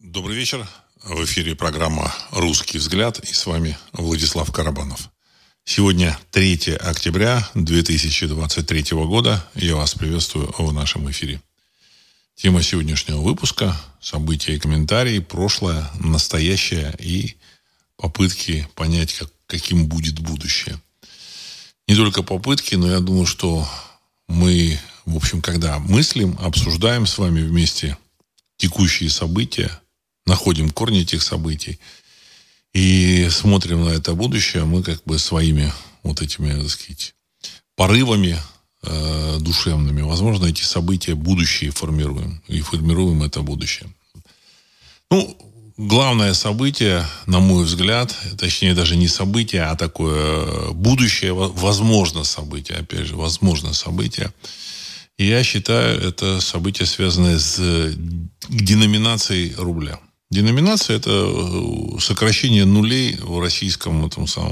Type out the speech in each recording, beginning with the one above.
Добрый вечер. В эфире программа «Русский взгляд» и с вами Владислав Карабанов. Сегодня 3 октября 2023 года. Я вас приветствую в нашем эфире. Тема сегодняшнего выпуска – события и комментарии, прошлое, настоящее и попытки понять, каким будет будущее. Не только попытки, но я думаю, что мы, в общем, когда мыслим, обсуждаем с вами вместе текущие события, находим корни этих событий и смотрим на это будущее, мы как бы своими вот этими, так сказать, порывами душевными, возможно, эти события будущие формируем. И формируем это будущее. Главное событие, на мой взгляд, точнее даже не событие, а такое будущее, возможно событие, опять же, возможно событие. И я считаю, это событие, связанное с деноминацией рубля. Деноминация – это сокращение нулей в российском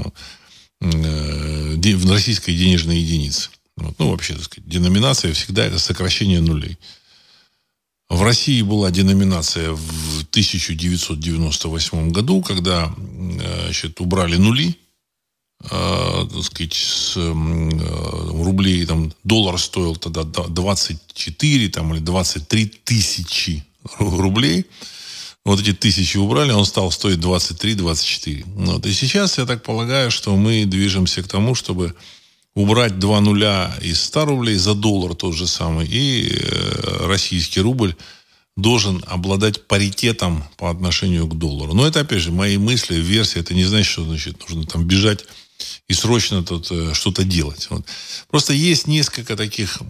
в российской денежной единице. Вообще, так сказать, деноминация всегда это сокращение нулей. В России была деноминация в 1998 году, когда убрали нули, так сказать, с рублей. Доллар стоил тогда 24 или 23 тысячи рублей. Вот эти тысячи убрали, он стал стоить 23-24. И сейчас, я так полагаю, что мы движемся к тому, чтобы убрать 2 нуля из 100 рублей за доллар тот же самый. И российский рубль должен обладать паритетом по отношению к доллару. Но это, опять же, мои мысли, версия. Это не значит, что нужно бежать и срочно тут что-то делать. Просто есть несколько таких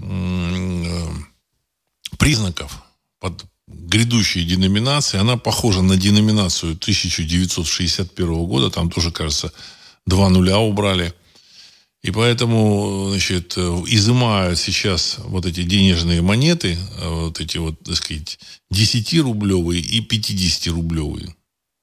признаков под грядущей деноминации. Она похожа на деноминацию 1961 года. Там тоже, кажется, 2 нуля убрали. И поэтому, изымают сейчас вот эти денежные монеты, вот эти так сказать, 10-рублевые и 50-рублевые.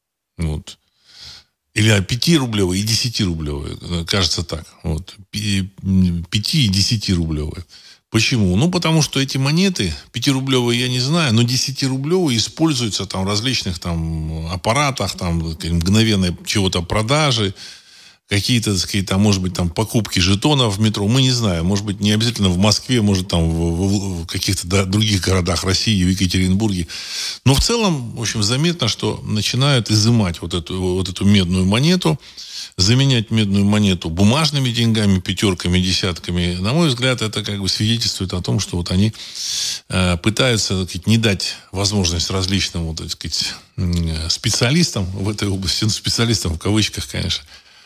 Или 5-рублевые и 10-рублевые. Кажется так. 5 и 10-рублевые. Почему? Потому что эти монеты, 5-рублевые я не знаю, но 10-рублевые используются в различных аппаратах, мгновенной чего-то продажи, какие-то, так сказать, может быть, покупки жетонов в метро. Мы не знаем. Может быть, не обязательно в Москве, может, в каких-то других городах России, в Екатеринбурге. Но в целом, в общем, заметно, что начинают изымать вот эту медную монету, заменять медную монету бумажными деньгами, пятерками, десятками. На мой взгляд, это свидетельствует о том, что они пытаются, так сказать, не дать возможность различным, так сказать, специалистам в этой области, специалистам в кавычках, конечно,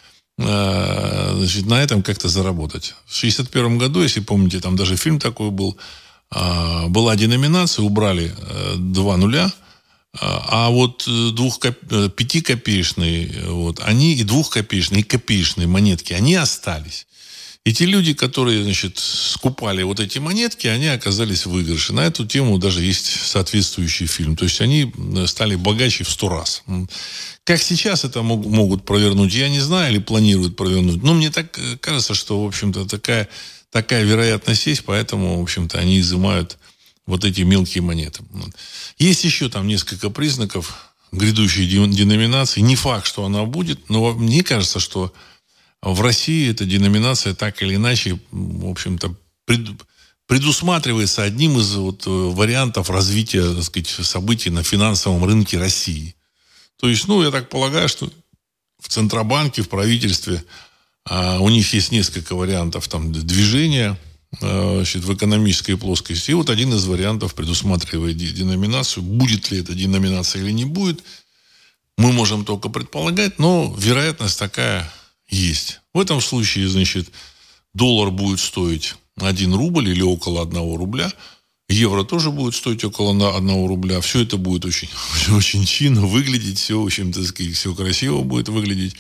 на этом как-то заработать. В 1961 году, если помните, там даже фильм такой был, была деноминация, убрали 2 нуля, а вот 5-копеечные, они и 2-копеечные, и копеечные монетки, они остались. И те люди, которые, скупали вот эти монетки, они оказались в выигрыше. На эту тему даже есть соответствующий фильм. То есть они стали богаче в 100 раз. Как сейчас это могут провернуть, я не знаю, или планируют провернуть. Но мне так кажется, что, в общем-то, такая вероятность есть, поэтому, в общем-то, они изымают вот эти мелкие монеты. Есть еще несколько признаков грядущей деноминации. Не факт, что она будет, но мне кажется, что в России эта деноминация так или иначе, в общем-то, предусматривается одним из вариантов развития, так сказать, событий на финансовом рынке России. То есть, я так полагаю, что в Центробанке, в правительстве у них есть несколько вариантов движения в экономической плоскости. И один из вариантов предусматривает деноминацию. Будет ли это деноминация или не будет, мы можем только предполагать, но вероятность такая есть. В этом случае, доллар будет стоить 1 рубль или около 1 рубля. Евро тоже будет стоить около 1 рубля. Все это будет очень, очень чинно выглядеть. Все, в общем, так сказать, все красиво будет выглядеть.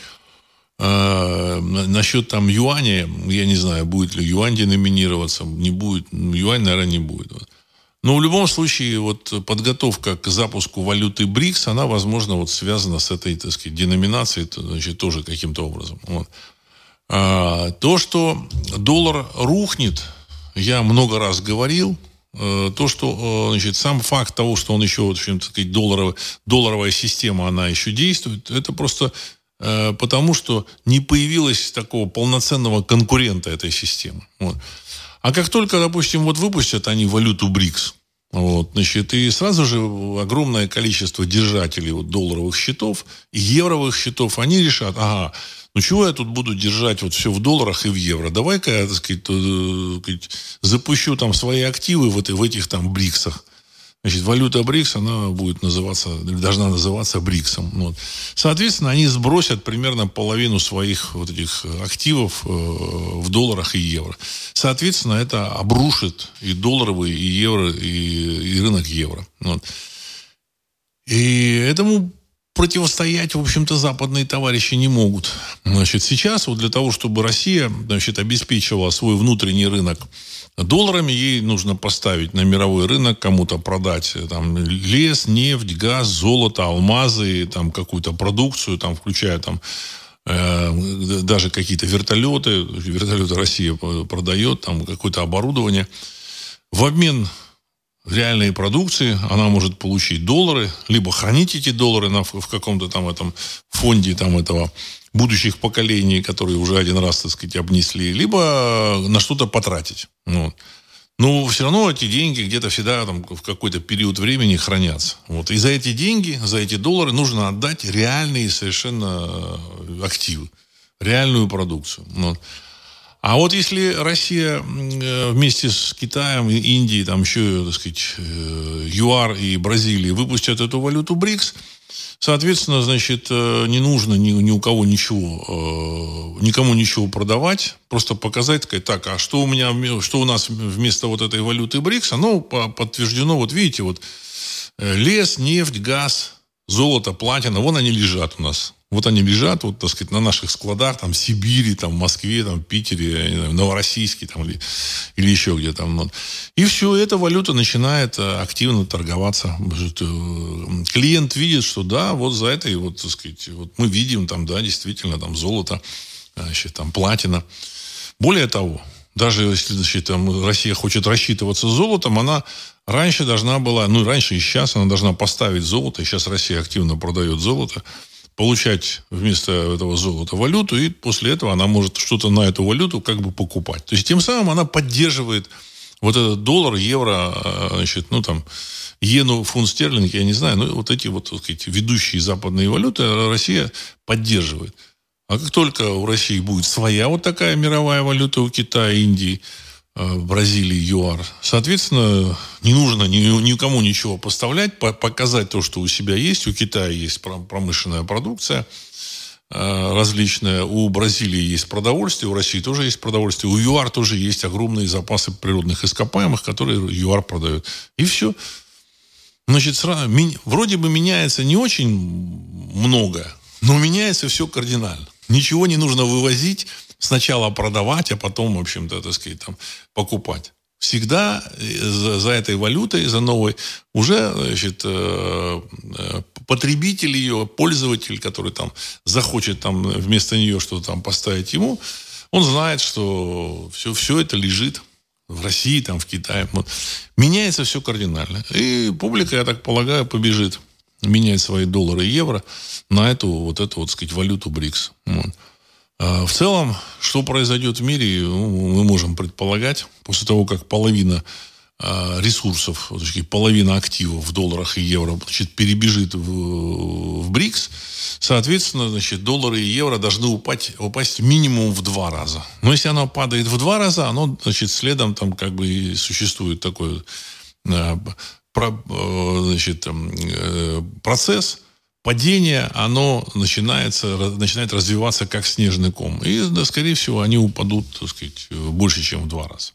Насчет юаня, я не знаю, будет ли юань деноминироваться, не будет. Юань, наверное, не будет. Но в любом случае, подготовка к запуску валюты БРИКС, она, возможно, связана с этой, так сказать, деноминацией, тоже каким-то образом. То, что доллар рухнет, я много раз говорил, то, что, значит, сам факт того, что он еще, в общем, так сказать, долларовая система, она еще действует, это просто потому, что не появилось такого полноценного конкурента этой системы. Вот. А как только, допустим, вот выпустят они валюту БРИКС, вот, значит, и сразу же огромное количество держателей вот, долларовых счетов и евровых счетов, они решат, ага, ну чего я тут буду держать вот все в долларах и в евро? Давай-ка я, так сказать, запущу там свои активы в этих там БРИКСах. Значит, валюта БРИКС, она будет называться, должна называться БРИКСом. Вот. Соответственно, они сбросят примерно половину своих вот этих активов в долларах и евро. Соответственно, это обрушит и долларовый, и евро, и рынок евро. Вот. И этому противостоять, в общем-то, западные товарищи не могут. Значит, сейчас вот для того, чтобы Россия, значит, обеспечивала свой внутренний рынок долларами, ей нужно поставить на мировой рынок, кому-то продать там лес, нефть, газ, золото, алмазы, там какую-то продукцию, там, включая там даже какие-то вертолеты. Вертолеты Россия продает, там какое-то оборудование. В обмен реальной продукции она может получить доллары, либо хранить эти доллары в каком-то там этом фонде там этого будущих поколений, которые уже один раз, так сказать, обнесли, либо на что-то потратить. Вот. Но все равно эти деньги где-то всегда там, в какой-то период времени хранятся. Вот. И за эти деньги, за эти доллары нужно отдать реальные совершенно активы, реальную продукцию. Вот. А вот если Россия вместе с Китаем, Индией, там еще, так сказать, ЮАР и Бразилией выпустят эту валюту БРИКС, соответственно, значит, не нужно ни у кого ничего, никому ничего продавать, просто показать, сказать, так, а что у нас вместо вот этой валюты БРИКС, оно подтверждено, вот видите, вот лес, нефть, газ, золото, платина, вон они лежат у нас. Вот они лежат, вот, так сказать, на наших складах, там, в Сибири, там, в Москве, там, в Питере, не знаю, в Новороссийске, там, или еще где-то. Вот. И все, эта валюта начинает активно торговаться. Клиент видит, что да, вот за этой, вот, так сказать, вот мы видим, там, да, действительно, там, золото, значит, там, платина. Более того, даже если, значит, там, Россия хочет рассчитываться золотом, она раньше должна была, ну, раньше и сейчас она должна поставить золото, и сейчас Россия активно продает золото, получать вместо этого золота валюту, и после этого она может что-то на эту валюту как бы покупать. То есть, тем самым она поддерживает вот этот доллар, евро, значит, ну, там, иену, фунт стерлинг, я не знаю, но вот эти вот, так сказать, ведущие западные валюты Россия поддерживает. А как только у России будет своя вот такая мировая валюта у Китая, Индии, Бразилии, ЮАР, соответственно, не нужно никому ничего поставлять, показать то, что у себя есть. У Китая есть промышленная продукция различная, у Бразилии есть продовольствие, у России тоже есть продовольствие, у ЮАР тоже есть огромные запасы природных ископаемых, которые ЮАР продает. И все. Значит, вроде бы меняется не очень много, но меняется все кардинально. Ничего не нужно вывозить, сначала продавать, а потом, в общем-то, так сказать, там, покупать. Всегда за этой валютой, за новой, уже, значит, потребитель ее, пользователь, который там захочет там, вместо нее что-то там поставить ему, он знает, что все это лежит в России, там, в Китае. Вот. Меняется все кардинально. И публика, я так полагаю, побежит менять свои доллары и евро на эту, вот так сказать, валюту БРИКС. Вот. В целом, что произойдет в мире, мы можем предполагать. После того, как половина ресурсов, половина активов в долларах и евро, значит, перебежит в БРИКС, соответственно, значит, доллары и евро должны упасть минимум в 2 раза. Но если оно падает в 2 раза, оно, значит, следом там как бы и существует такой значит, процесс падения, оно начинает развиваться как снежный ком. И, да, скорее всего, они упадут, так сказать, больше, чем в 2 раза.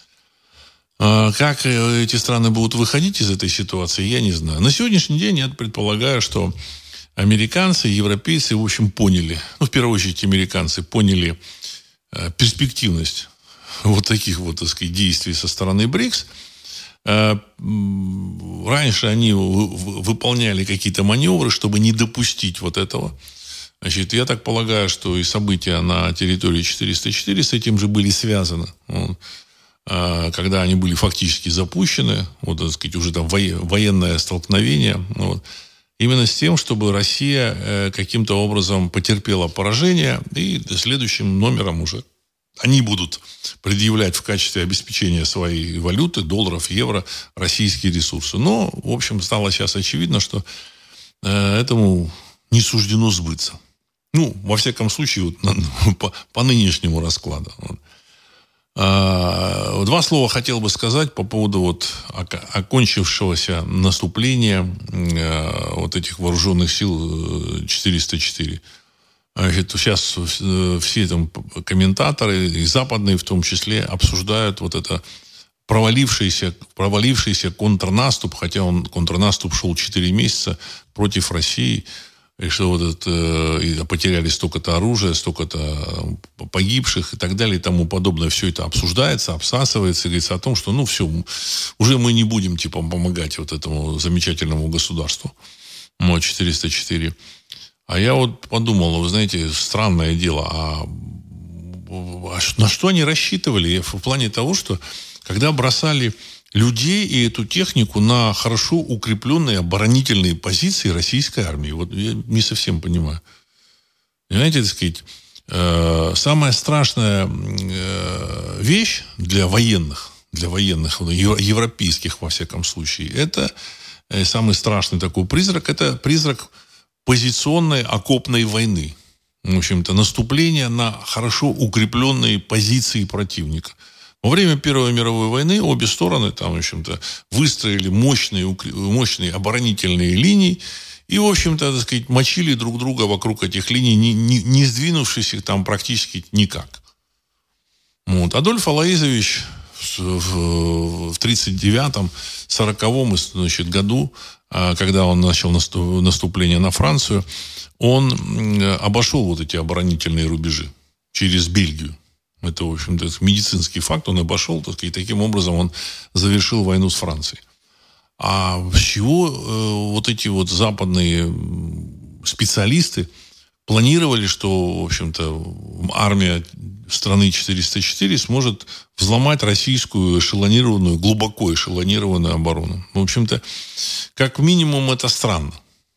Как эти страны будут выходить из этой ситуации, я не знаю. На сегодняшний день я предполагаю, что американцы, европейцы, в общем, поняли, ну, в первую очередь, американцы поняли перспективность вот таких вот, так сказать, действий со стороны БРИКС. Раньше они выполняли какие-то маневры, чтобы не допустить вот этого. Значит, я так полагаю, что и события на территории 404 с этим же были связаны. когда они были фактически запущены, вот, так сказать, уже там военное столкновение, вот, именно с тем, чтобы Россия каким-то образом потерпела поражение, и следующим номером уже они будут предъявлять в качестве обеспечения своей валюты, долларов, евро, российские ресурсы. Но, в общем, стало сейчас очевидно, что этому не суждено сбыться. Ну, во всяком случае, вот, по нынешнему раскладу. Два слова хотел бы сказать по поводу вот окончившегося наступления вот этих вооруженных сил 404. Сейчас все там комментаторы, и западные в том числе, обсуждают вот это провалившийся контрнаступ, хотя контрнаступ шел 4 месяца против России, и что вот это, потеряли столько-то оружия, столько-то погибших и так далее и тому подобное. Все это обсуждается, обсасывается, и говорится о том, что, ну, все, уже мы не будем, типа, помогать вот этому замечательному государству. 404. А я вот подумал, вы знаете, странное дело, а на что они рассчитывали? В плане того, что когда бросали людей и эту технику на хорошо укрепленные оборонительные позиции российской армии. Вот я не совсем понимаю. Понимаете, так сказать, самая страшная вещь для военных, европейских, во всяком случае, это самый страшный такой призрак, это призрак позиционной окопной войны. В общем-то, наступление на хорошо укрепленные позиции противника. Во время Первой мировой войны обе стороны там, в общем-то, выстроили мощные оборонительные линии и, в общем-то, так сказать, мочили друг друга вокруг этих линий, не сдвинувшись их там практически никак. Вот. Адольф Алаизович в 1939-м, 1940-м, значит, году, когда он начал наступление на Францию, он обошел вот эти оборонительные рубежи через Бельгию. Это, в общем-то, медицинский факт. Он обошел, так сказать, и таким образом он завершил войну с Францией. А с чего вот эти вот западные специалисты планировали, что, в общем-то, армия страны 404 сможет взломать российскую глубоко эшелонированную оборону? В общем-то, как минимум это странно.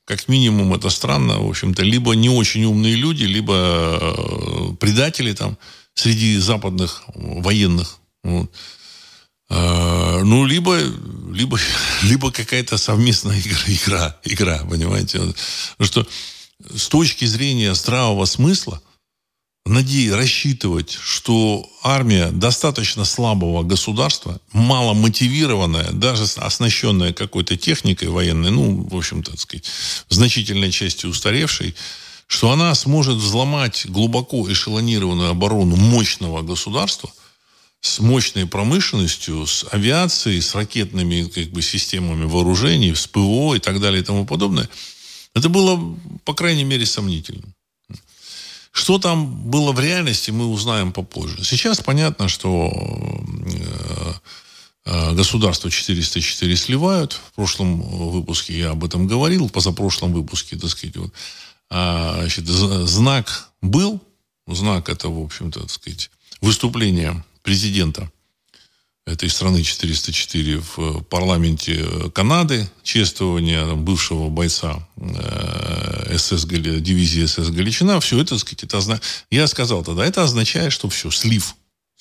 В общем-то, либо не очень умные люди, либо предатели там среди западных военных. Вот. Ну, либо какая-то совместная игра, понимаете? Потому что с точки зрения здравого смысла рассчитывать, что армия достаточно слабого государства, мало мотивированная, даже оснащенная какой-то техникой военной, ну, в общем-то, так сказать, в значительной части устаревшей, что она сможет взломать глубоко эшелонированную оборону мощного государства с мощной промышленностью, с авиацией, с ракетными системами вооружений, с ПВО и так далее и тому подобное, это было, по крайней мере, сомнительно. Что там было в реальности, мы узнаем попозже. Сейчас понятно, что государство 404 сливают. В прошлом выпуске я об этом говорил, в позапрошлом выпуске, так сказать, вот. Значит, знак это, в общем-то, так сказать, выступление президента этой страны 404 в парламенте Канады, чествование бывшего бойца дивизии СС «Галичина». Все это, так сказать, я сказал тогда, это означает, что все, слив.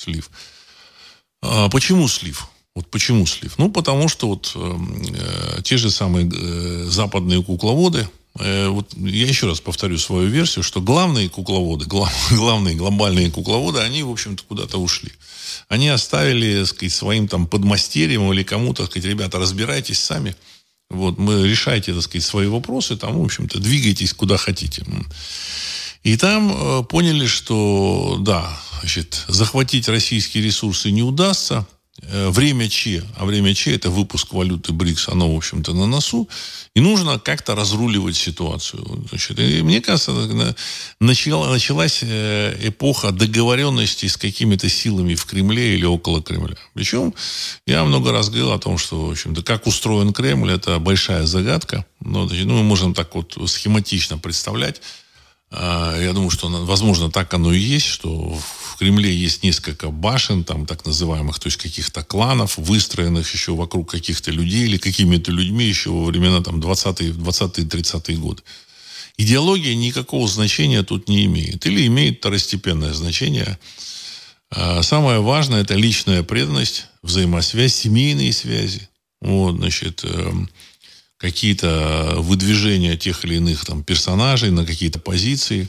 Почему слив? Вот почему слив? Ну, потому что вот те же самые западные кукловоды, вот я еще раз повторю свою версию, что главные кукловоды, главные глобальные кукловоды, они, в общем-то, куда-то ушли. Они оставили, так сказать, своим там подмастерьям или кому-то, так сказать, ребята, разбирайтесь сами. Вот, решайте, так сказать, свои вопросы, там, в общем-то, двигайтесь куда хотите. И там поняли, что, да, значит, захватить российские ресурсы не удастся. Время Ч, это выпуск валюты БРИКС, оно, в общем-то, на носу, и нужно как-то разруливать ситуацию. Значит, и мне кажется, началась эпоха договоренности с какими-то силами в Кремле или около Кремля. Причем я много раз говорил о том, что, в общем-то, как устроен Кремль, это большая загадка. Но, значит, мы можем так вот схематично представлять. Я думаю, что, возможно, так оно и есть, что в Кремле есть несколько башен, там, так называемых, то есть каких-то кланов, выстроенных еще вокруг каких-то людей или какими-то людьми еще во времена там, 20-30-е годы. Идеология никакого значения тут не имеет. Или имеет второстепенное значение. Самое важное – это личная преданность, взаимосвязь, семейные связи. Вот, значит, какие-то выдвижения тех или иных там, персонажей на какие-то позиции.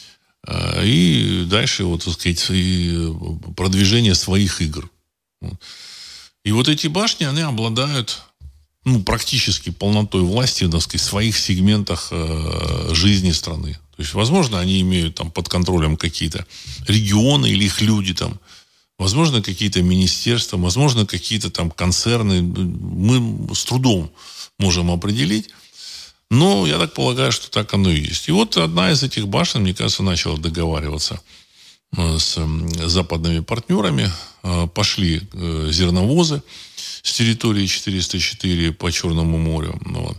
И дальше, вот, так сказать, продвижение своих игр. И вот эти башни, они обладают практически полнотой власти, так сказать, в своих сегментах жизни страны. То есть, возможно, они имеют там под контролем какие-то регионы или их люди там, возможно, какие-то министерства, возможно, какие-то там концерны. Мы с трудом можем определить. Но я так полагаю, что так оно и есть. И вот одна из этих башен, мне кажется, начала договариваться с западными партнерами. Пошли зерновозы с территории 404 по Черному морю. Вот.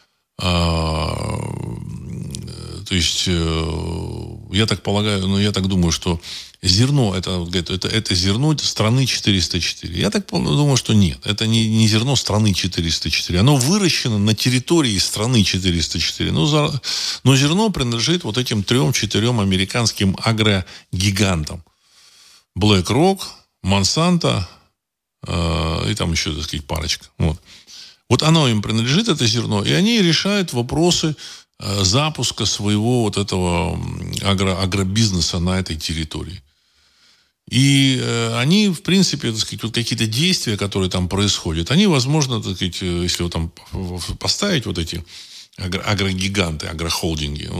То есть, я так полагаю, я так думаю, что зерно, это зерно страны 404. Я так думаю, что нет. Это не зерно страны 404. Оно выращено на территории страны 404. Но зерно принадлежит вот этим 3-4 американским агрогигантам. BlackRock, Monsanto и там еще, так сказать, парочка. Вот оно им принадлежит, это зерно, и они решают вопросы запуска своего вот этого агробизнеса на этой территории. И они, в принципе, так сказать, вот какие-то действия, которые там происходят, они, возможно, так сказать, если вот там поставить вот эти агрогиганты, агрохолдинги,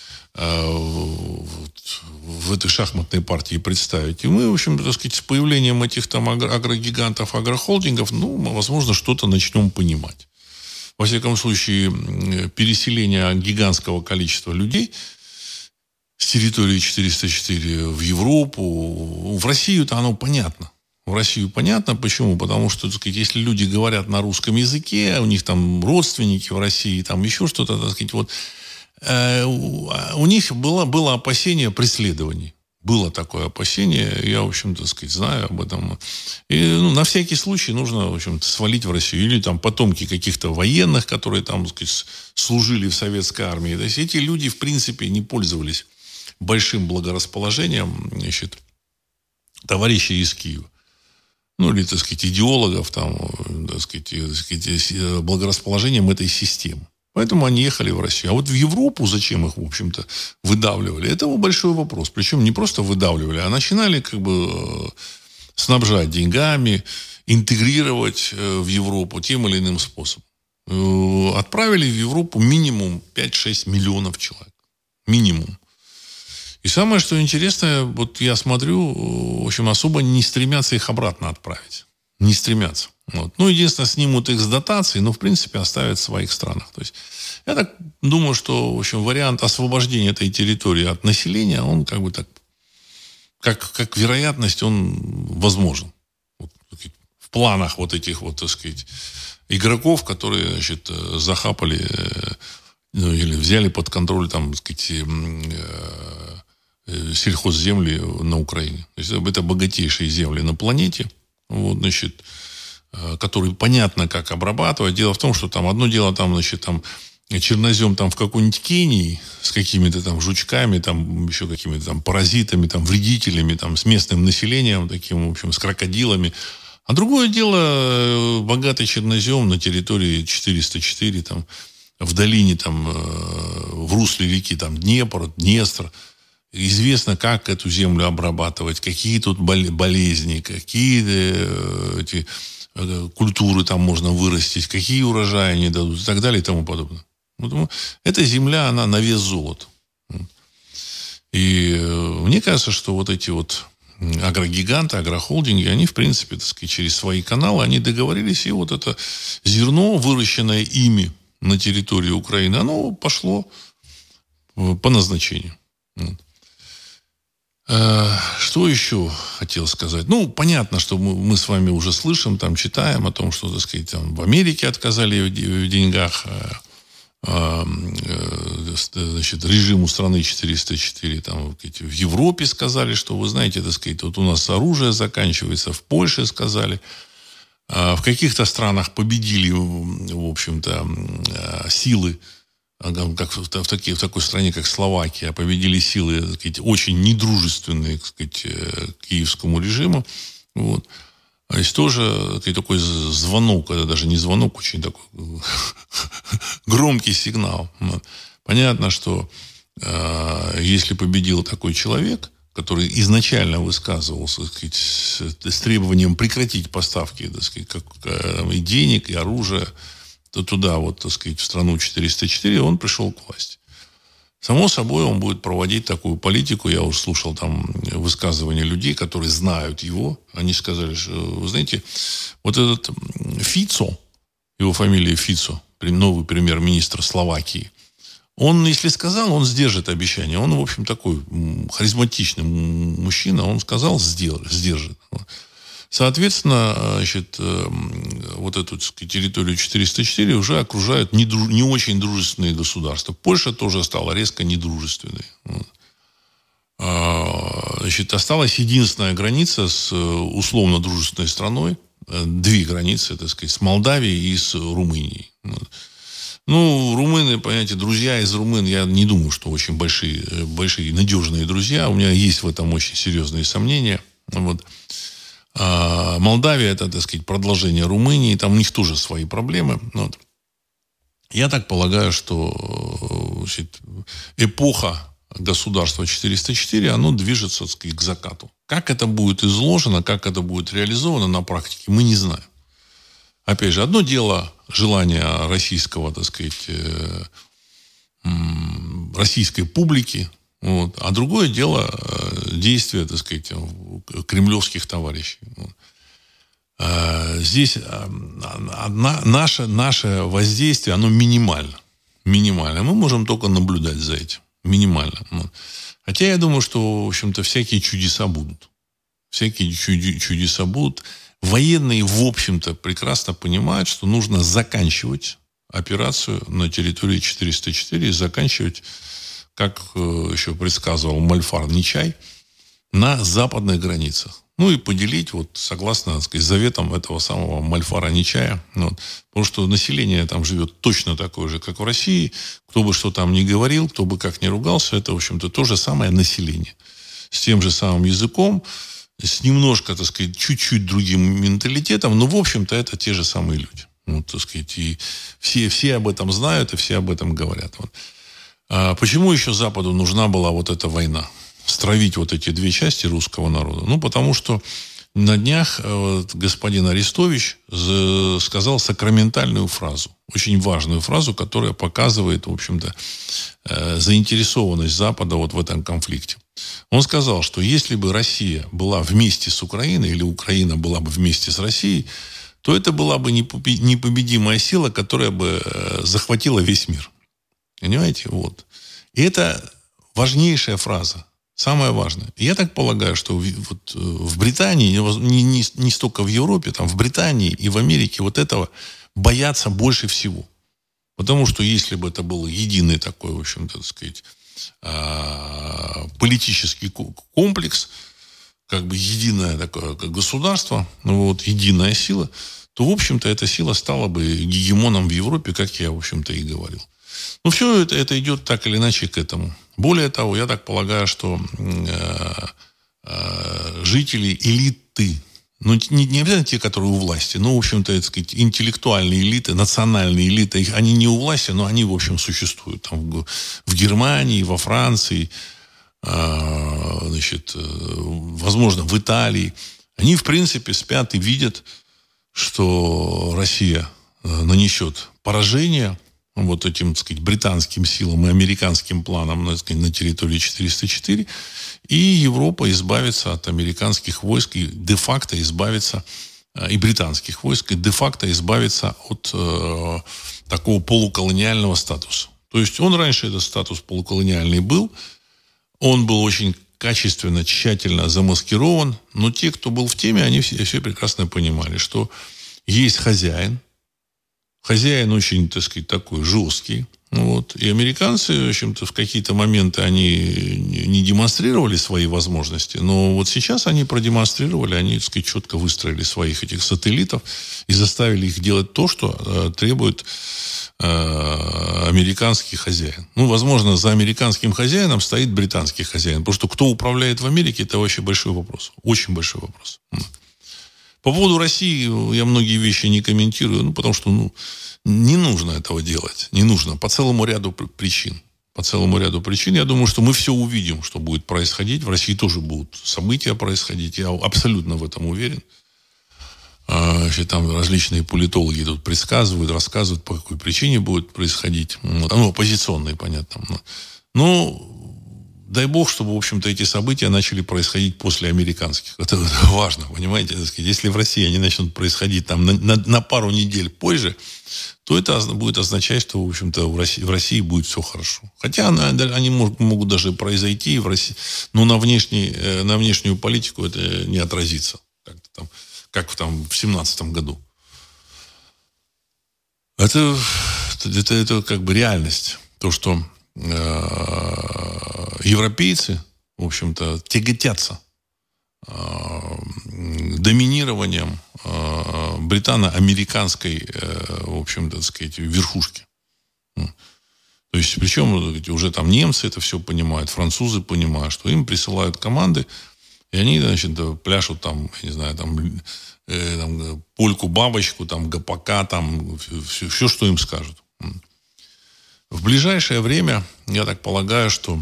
в этой шахматной партии представить. И мы, в общем, так сказать, с появлением этих там агрогигантов, агрохолдингов, возможно, что-то начнем понимать. Во всяком случае, переселение гигантского количества людей с территории 404 в Европу, в Россию-то оно понятно. В Россию понятно. Почему? Потому что, так сказать, если люди говорят на русском языке, у них там родственники в России, там еще что-то, так сказать, вот, у них было опасение преследований. Было такое опасение, я, в общем-то, сказать, знаю об этом. И на всякий случай нужно, в общем-то, свалить в Россию. Или там потомки каких-то военных, которые там, так сказать, служили в советской армии. То есть эти люди, в принципе, не пользовались большим благорасположением, значит, товарищей из Киева. Или, так сказать, идеологов, там, так сказать, благорасположением этой системы. Поэтому они ехали в Россию. А вот в Европу зачем их, в общем-то, выдавливали? Это большой вопрос. Причем не просто выдавливали, а начинали как бы снабжать деньгами, интегрировать в Европу тем или иным способом. Отправили в Европу минимум 5-6 миллионов человек. Минимум. И самое, что интересное, вот я смотрю, в общем, особо не стремятся их обратно отправить. Не стремятся. Единственное, снимут их с дотаций, но, в принципе, оставят в своих странах. То есть, я так думаю, что, в общем, вариант освобождения этой территории от населения, он как бы так, как вероятность, он возможен. В планах вот этих вот, так сказать, игроков, которые, значит, захапали, или взяли под контроль, там, так сказать, сельхозземли на Украине. То есть, это богатейшие земли на планете. Значит, который понятно, как обрабатывать. Дело в том, что там одно дело, там, значит, там чернозем там в какой-нибудь Кении с какими-то там жучками, там еще какими-то там паразитами, там вредителями, там с местным населением, таким, в общем, с крокодилами. А другое дело богатый чернозем на территории 404, там, в долине, там, в русле реки, там, Днестр. Известно, как эту землю обрабатывать, какие тут болезни, какие эти культуры там можно вырастить, какие урожаи они дадут и так далее и тому подобное. Поэтому эта земля, она на вес золота. И мне кажется, что вот эти вот агрогиганты, агрохолдинги, они, в принципе, так сказать, через свои каналы, они договорились, и вот это зерно, выращенное ими на территории Украины, оно пошло по назначению. Что еще хотел сказать? Понятно, что мы с вами уже слышим, там, читаем о том, что, так сказать, там, в Америке отказали в деньгах значит, режиму страны 404, там, в Европе сказали, что, вы знаете, так сказать, вот у нас оружие заканчивается, в Польше сказали, в каких-то странах победили, в общем-то, силы, как в такой стране, как Словакия, победили силы, так сказать, очень недружественные, так сказать, к киевскому режиму. Вот. А есть тоже такой звонок, это даже не звонок, очень такой громкий сигнал. Понятно, что если победил такой человек, который изначально высказывался, так сказать, с требованием прекратить поставки, так сказать, и денег, и оружия, то туда, вот, так сказать, в страну 404, он пришел к власти. Само собой, он будет проводить такую политику. Я уже слушал там высказывания людей, которые знают его. Они сказали, что, вы знаете, вот этот Фицо, его фамилия Фицо, новый премьер-министр Словакии, он, если сказал, он сдержит обещание. Он, в общем, такой харизматичный мужчина. Он сказал, сдержит. Соответственно, значит, вот эту, так сказать, территорию 404 уже окружают не очень дружественные государства. Польша тоже стала резко недружественной. Значит, осталась единственная граница с условно дружественной страной. Две границы, так сказать, с Молдавией и с Румынией. Ну, румыны, понимаете, друзья из румын, я не думаю, что очень большие надежные друзья. У меня есть в этом очень серьезные сомнения. Вот. Молдавия — это, так сказать, продолжение Румынии. Там у них тоже свои проблемы. Вот. Я так полагаю, что, значит, эпоха государства 404, оно движется, так сказать, к закату. Как это будет изложено, как это будет реализовано на практике, мы не знаем. Опять же, одно дело желание российского, так сказать, российской публики, вот, а другое дело действия, так сказать, кремлевских товарищей. Здесь наше воздействие, оно минимально. Минимально. Мы можем только наблюдать за этим. Минимально. Хотя я думаю, что, в общем-то, всякие чудеса будут. Всякие чудеса будут. Военные, в общем-то, прекрасно понимают, что нужно заканчивать операцию на территории 404 и заканчивать, как еще предсказывал Мальфар Нечай, на западных границах. Ну и поделить, вот, согласно, так сказать, заветам этого самого Мальфара Нечая. Вот. Потому что население там живет точно такое же, как в России. Кто бы что там ни говорил, кто бы как ни ругался, это, в общем-то, то же самое население. С тем же самым языком, с немножко, так сказать, чуть-чуть другим менталитетом, но, в общем-то, это те же самые люди. Вот, так сказать, и все об этом знают, и все об этом говорят. Вот. А почему еще Западу нужна была вот эта война? Стравить вот эти две части русского народа? Ну, потому что на днях господин Арестович сказал сакраментальную фразу, очень важную фразу, которая показывает, в общем-то, заинтересованность Запада вот в этом конфликте. Он сказал, что если бы Россия была вместе с Украиной, или Украина была бы вместе с Россией, то это была бы непобедимая сила, которая бы захватила весь мир. Понимаете? Вот. И это важнейшая фраза. Самое важное. Я так полагаю, что вот в Британии, не столько в Европе, там в Британии и в Америке вот этого боятся больше всего. Потому что если бы это был единый такой, в общем-то, так сказать, политический комплекс, как бы единое такое как государство, вот, единая сила, то, в общем-то, эта сила стала бы гегемоном в Европе, как я, в общем-то, и говорил. Но все это идет так или иначе к этому. Более того, я так полагаю, что жители элиты, ну, не обязательно те, которые у власти, но, в общем-то, так сказать, интеллектуальные элиты, национальные элиты, они не у власти, но они, в общем, существуют. Там, в Германии, во Франции, значит, возможно, в Италии. Они, в принципе, спят и видят, что Россия нанесет поражение вот этим, так сказать, британским силам и американским планам, так сказать, на территории 404, и Европа избавится от американских войск и де-факто избавится, и британских войск, и де-факто избавится от такого полуколониального статуса. То есть он раньше, этот статус полуколониальный был, он был очень качественно, тщательно замаскирован, но те, кто был в теме, они все прекрасно понимали, что есть хозяин. Хозяин очень, так сказать, такой жесткий. Вот. И американцы, в общем-то, в какие-то моменты они не демонстрировали свои возможности, но вот сейчас они продемонстрировали, они, так сказать, четко выстроили своих этих сателлитов и заставили их делать то, что требует американский хозяин. Ну, возможно, за американским хозяином стоит британский хозяин, потому что кто управляет в Америке, это вообще большой вопрос, очень большой вопрос. По поводу России я многие вещи не комментирую, потому что, не нужно этого делать. Не нужно. По целому ряду причин. По целому ряду причин. Я думаю, что мы все увидим, что будет происходить. В России тоже будут события происходить. Я абсолютно в этом уверен. Там различные политологи тут предсказывают, рассказывают, по какой причине будет происходить. Оппозиционные, понятно. Дай бог, чтобы, в общем-то, эти события начали происходить после американских. Это важно, понимаете? Если в России они начнут происходить там на пару недель позже, то это будет означать, что, в общем-то, в России будет все хорошо. Хотя они могут даже произойти в России, но на внешнюю политику это не отразится. Как там в 2017 году. Это как бы реальность. То, что европейцы, в общем-то, тяготятся доминированием британо-американской, в общем-то, так сказать, верхушки. То есть, причем уже там немцы это все понимают, французы понимают, что им присылают команды, и они, значит, пляшут там, я не знаю, там польку-бабочку, там, ГПК, там, все, что им скажут. В ближайшее время, я так полагаю, что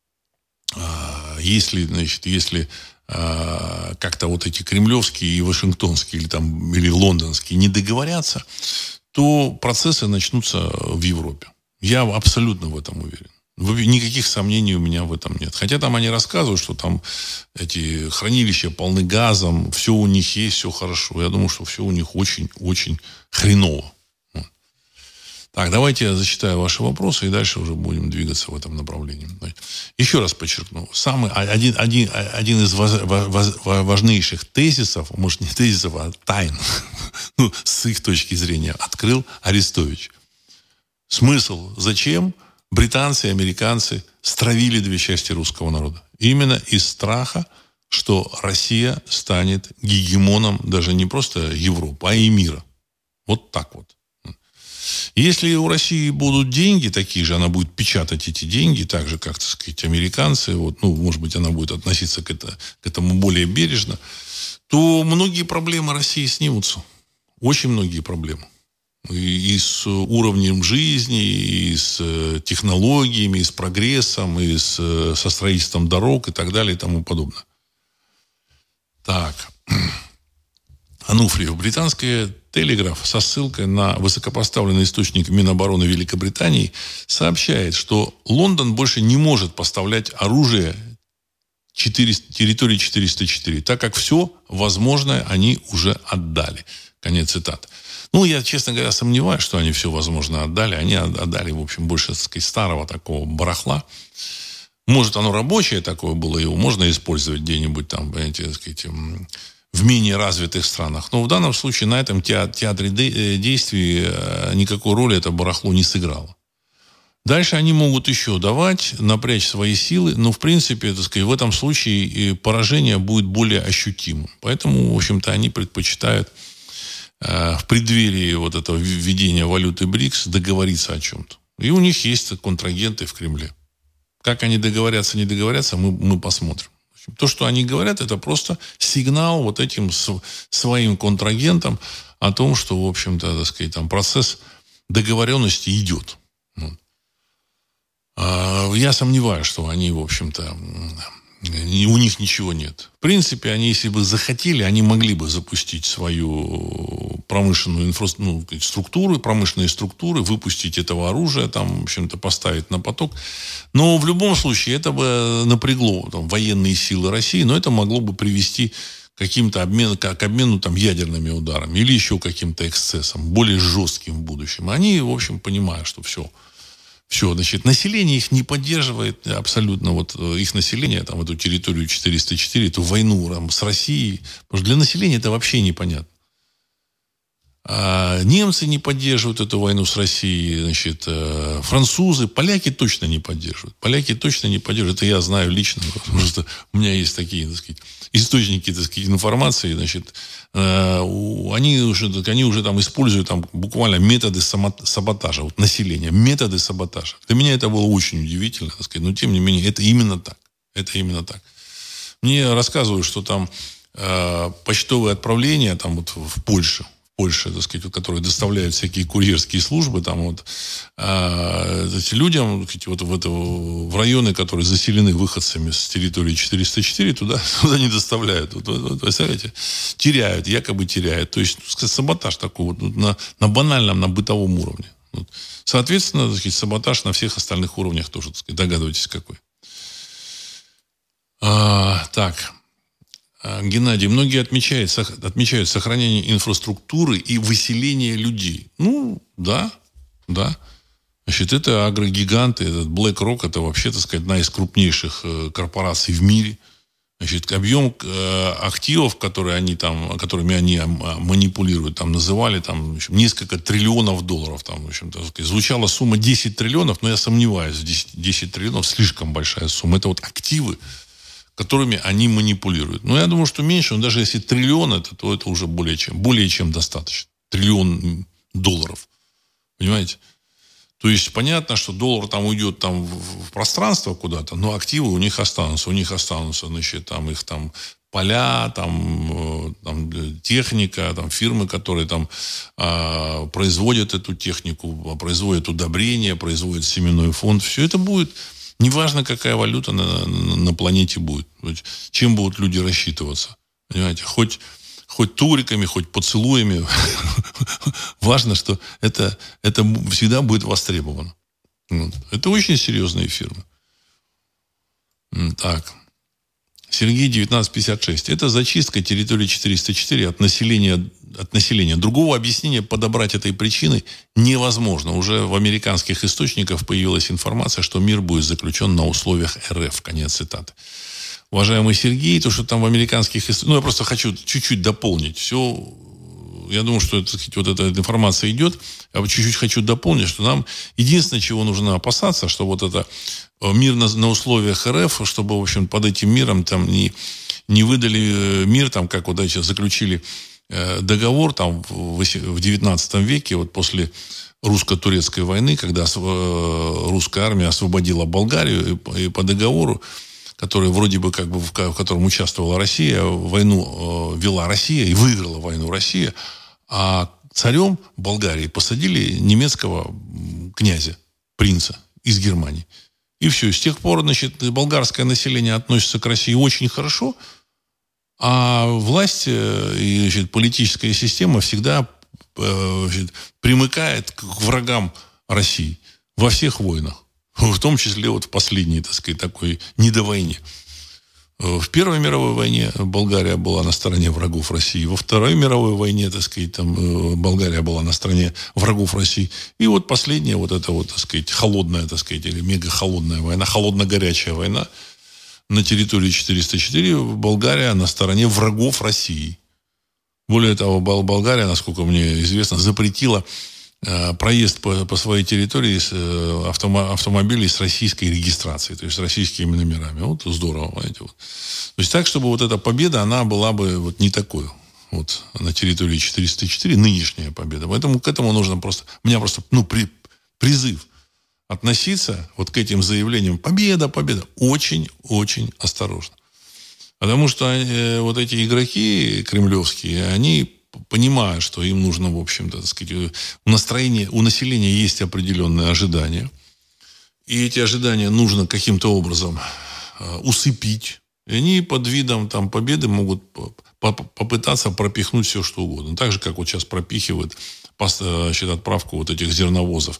если как-то вот эти кремлевские и вашингтонские или лондонские не договорятся, то процессы начнутся в Европе. Я абсолютно в этом уверен. Никаких сомнений у меня в этом нет. Хотя там они рассказывают, что там эти хранилища полны газом, все у них есть, все хорошо. Я думаю, что все у них очень-очень хреново. Так, давайте я зачитаю ваши вопросы, и дальше уже будем двигаться в этом направлении. Еще раз подчеркну. Один из важнейших тезисов, может, не тезисов, а тайн, с их точки зрения, открыл Арестович. Смысл, зачем британцы и американцы стравили две части русского народа? Именно из страха, что Россия станет гегемоном даже не просто Европы, а и мира. Вот так вот. Если у России будут деньги такие же, она будет печатать эти деньги, так же, как, так сказать, американцы, может быть, она будет относиться к этому более бережно, то многие проблемы России снимутся. Очень многие проблемы. И с уровнем жизни, и с технологиями, и с прогрессом, и со строительством дорог, и так далее, и тому подобное. Так. Ануфриев. Британская «Телеграф» со ссылкой на высокопоставленный источник Минобороны Великобритании сообщает, что Лондон больше не может поставлять оружие территории 404, так как все возможное они уже отдали. Конец цитаты. Я, честно говоря, сомневаюсь, что они все возможное отдали. Они отдали, в общем, больше, так сказать, старого такого барахла. Может, оно рабочее такое было, его можно использовать где-нибудь там, понимаете, так сказать, в менее развитых странах. Но в данном случае на этом театре действий никакой роли это барахло не сыграло. Дальше они могут еще давать, напрячь свои силы, но, в принципе, так сказать, в этом случае поражение будет более ощутимым. Поэтому, в общем-то, они предпочитают в преддверии вот этого введения валюты БРИКС договориться о чем-то. И у них есть контрагенты в Кремле. Как они договорятся, не договорятся, мы посмотрим. То, что они говорят, это просто сигнал вот этим своим контрагентам о том, что, в общем-то, так сказать, там процесс договоренности идет. Я сомневаюсь, что они, в общем-то, у них ничего нет. В принципе, они, если бы захотели, они могли бы запустить свою промышленную структуру, промышленные структуры, выпустить этого оружия, там, в общем-то, поставить на поток. Но в любом случае это бы напрягло военные силы России, но это могло бы привести к обмену там, ядерными ударами или еще каким-то эксцессом, более жестким в будущем. Они, в общем, понимают, что все, значит, население их не поддерживает абсолютно, их население, там, эту территорию 404, эту войну там, с Россией, потому что для населения это вообще непонятно. Немцы не поддерживают эту войну с Россией, значит, французы, поляки точно не поддерживают. Поляки точно не поддерживают. Это я знаю лично, потому что у меня есть такие, так сказать, источники, так сказать, информации. Значит, они уже там используют там буквально методы саботажа вот, населения, методы саботажа. Для меня это было очень удивительно, так сказать, но тем не менее это именно так. Это именно так. Мне рассказывают, что там почтовые отправления там вот в Польше, так сказать, которые доставляют всякие курьерские службы, там вот людям, вот в районы, которые заселены выходцами с территории 404, туда не доставляют. Вот, представляете? Теряют, якобы теряют. То есть, саботаж такой вот на банальном, на бытовом уровне. Вот. Соответственно, так сказать, саботаж на всех остальных уровнях тоже, так сказать, догадываетесь, какой. Так. Геннадий, многие отмечают сохранение инфраструктуры и выселение людей. Ну, да. Значит, это агрогиганты, этот BlackRock, это вообще, так сказать, одна из крупнейших корпораций в мире. Значит, объем активов, которыми они манипулируют, там называли там, в общем, несколько триллионов долларов. Там, в общем, звучала сумма 10 триллионов, но я сомневаюсь, 10 триллионов слишком большая сумма. Это вот активы, которыми они манипулируют. Но я думаю, что меньше, но даже если триллион, то это уже более чем достаточно. $1 триллион. Понимаете? То есть понятно, что доллар там уйдет там в пространство куда-то, но активы у них останутся. Значит, там их там поля, там техника, там фирмы, которые там производят эту технику, производят удобрения, производят семенной фонд. Все это будет. Неважно, какая валюта на планете будет. Чем будут люди рассчитываться. Понимаете? Хоть туриками, хоть поцелуями. Важно, что это всегда будет востребовано. Вот. Это очень серьезные фирмы. Так. Сергей, 1956. Это зачистка территории 404 от населения. Другого объяснения подобрать этой причины невозможно. Уже в американских источниках появилась информация, что мир будет заключен на условиях РФ. Конец цитаты. Уважаемый Сергей, то, что там в американских источниках... я просто хочу чуть-чуть дополнить. Все, я думаю, что вот эта информация идет. Я чуть-чуть хочу дополнить, что нам единственное, чего нужно опасаться, что вот это мир на условиях РФ, чтобы, в общем, под этим миром там не выдали мир, там, как вот сейчас заключили договор там в 19 веке, вот после русско-турецкой войны, когда русская армия освободила Болгарию, и по договору, который вроде бы как бы в котором участвовала Россия, войну вела Россия и выиграла войну Россия, а царем Болгарии посадили немецкого князя, принца из Германии. И все. С тех пор, значит, болгарское население относится к России очень хорошо, а власть и, значит, политическая система всегда, значит, примыкает к врагам России во всех войнах. В том числе вот в последней, так сказать, такой недовойне. В Первой мировой войне Болгария была на стороне врагов России. Во Второй мировой войне, так сказать, там Болгария была на стороне врагов России. И вот последняя вот эта вот, так сказать, холодная, так сказать, или мега-холодная война, холодно-горячая война на территории 404, Болгария на стороне врагов России. Более того, Болгария, насколько мне известно, запретила проезд по своей территории автомобилей с российской регистрацией, то есть с российскими номерами. Вот здорово, понимаете. Вот. То есть так, чтобы вот эта победа, она была бы вот не такой. Вот на территории 404 нынешняя победа. Поэтому к этому нужно просто... У меня просто призыв относиться вот к этим заявлениям победа очень-очень осторожно. Потому что вот эти игроки кремлевские, они понимая, что им нужно, в общем-то, так сказать, у населения есть определенные ожидания. И эти ожидания нужно каким-то образом усыпить. И они под видом там, победы могут попытаться пропихнуть все, что угодно. Так же, как вот сейчас пропихивают отправку вот этих зерновозов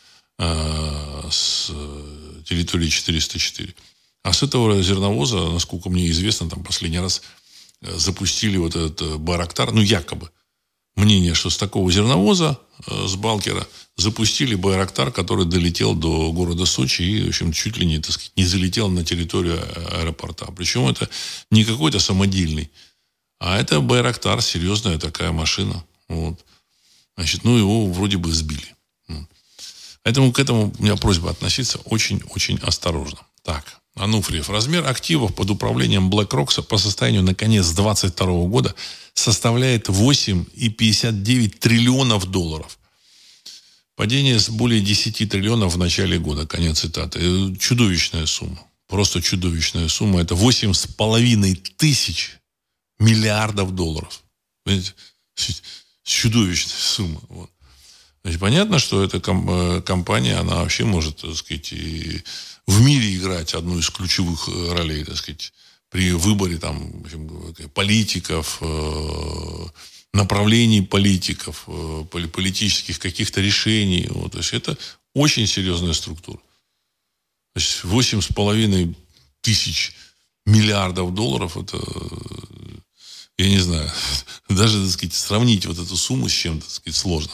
с территории 404. А с этого зерновоза, насколько мне известно, там последний раз запустили вот этот Байрактар, якобы. Мнение, что с такого зерновоза, с Балкера, запустили Байрактар, который долетел до города Сочи и, в общем, чуть ли не, так сказать, не залетел на территорию аэропорта. Причем это не какой-то самодельный, а это Байрактар, серьезная такая машина. Вот. Значит, его вроде бы сбили. Поэтому к этому у меня просьба относиться очень-очень осторожно. Так, Ануфриев. Размер активов под управлением BlackRock по состоянию на конец 2022 года составляет 8,59 триллионов долларов. Падение с более 10 триллионов в начале года. Конец цитаты. Чудовищная сумма. Просто чудовищная сумма. Это 8,5 тысяч миллиардов долларов. Понимаете? Чудовищная сумма. Вот. Значит, понятно, что эта компания, она вообще может, так сказать, и в мире играть одну из ключевых ролей, так сказать, при выборе там, в общем, политиков, направлений политиков, политических каких-то решений. Вот. То есть это очень серьезная структура. То есть 8,5 тысяч миллиардов долларов, это, я не знаю, даже, так сказать, сравнить вот эту сумму с чем-то, так сказать, сложно.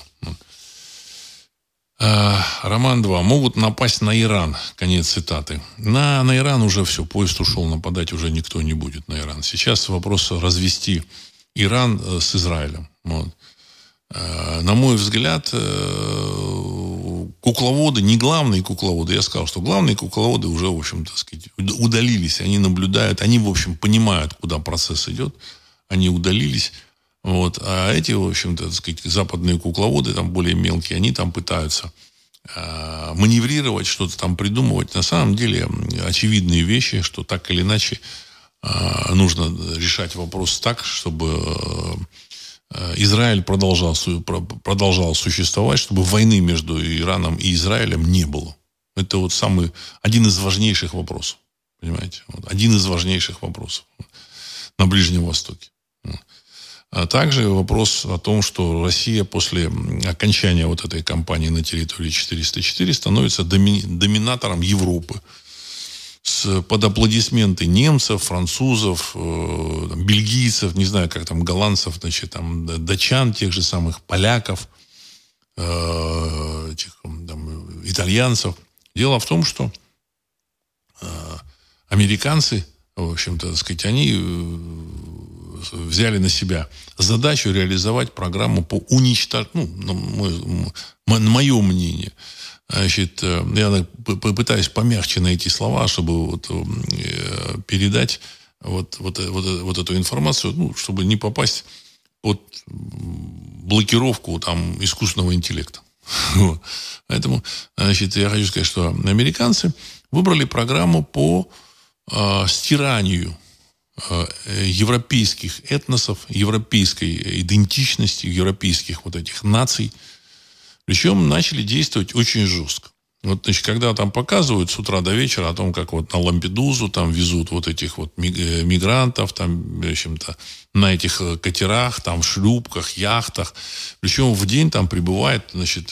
Роман 2. Могут напасть на Иран. Конец цитаты. На Иран уже все. Поезд ушел. Нападать уже никто не будет на Иран. Сейчас вопрос развести Иран с Израилем. Вот. На мой взгляд, кукловоды, не главные кукловоды. Я сказал, что главные кукловоды уже, в общем, так сказать, удалились. Они наблюдают. Они, в общем, понимают, куда процесс идет. Они удалились. Вот. А эти, в общем-то, так сказать, западные кукловоды, там более мелкие, они там пытаются маневрировать, что-то там придумывать. На самом деле очевидные вещи, что так или иначе нужно решать вопрос так, чтобы Израиль продолжал существовать, чтобы войны между Ираном и Израилем не было. Это вот один из важнейших вопросов. Понимаете? Вот, один из важнейших вопросов на Ближнем Востоке. А также вопрос о том, что Россия после окончания вот этой кампании на территории 404 становится доминатором Европы. Под аплодисменты немцев, французов, бельгийцев, не знаю, как там, голландцев, значит, там, датчан, тех же самых поляков, итальянцев. Дело в том, что американцы, в общем-то, так сказать, они взяли на себя задачу реализовать программу по уничтожению, на мое мнение. Значит, я пытаюсь помягче найти слова, чтобы передать вот эту информацию, чтобы не попасть под блокировку там искусственного интеллекта. Вот. Поэтому, значит, я хочу сказать, что американцы выбрали программу по стиранию европейских этносов, европейской идентичности, европейских вот этих наций. Причем начали действовать очень жестко. Вот, значит, когда там показывают с утра до вечера о том, как вот на Лампедузу там везут вот этих вот мигрантов, там, в общем-то, на этих катерах, там, шлюпках, яхтах. Причем в день там прибывает, значит,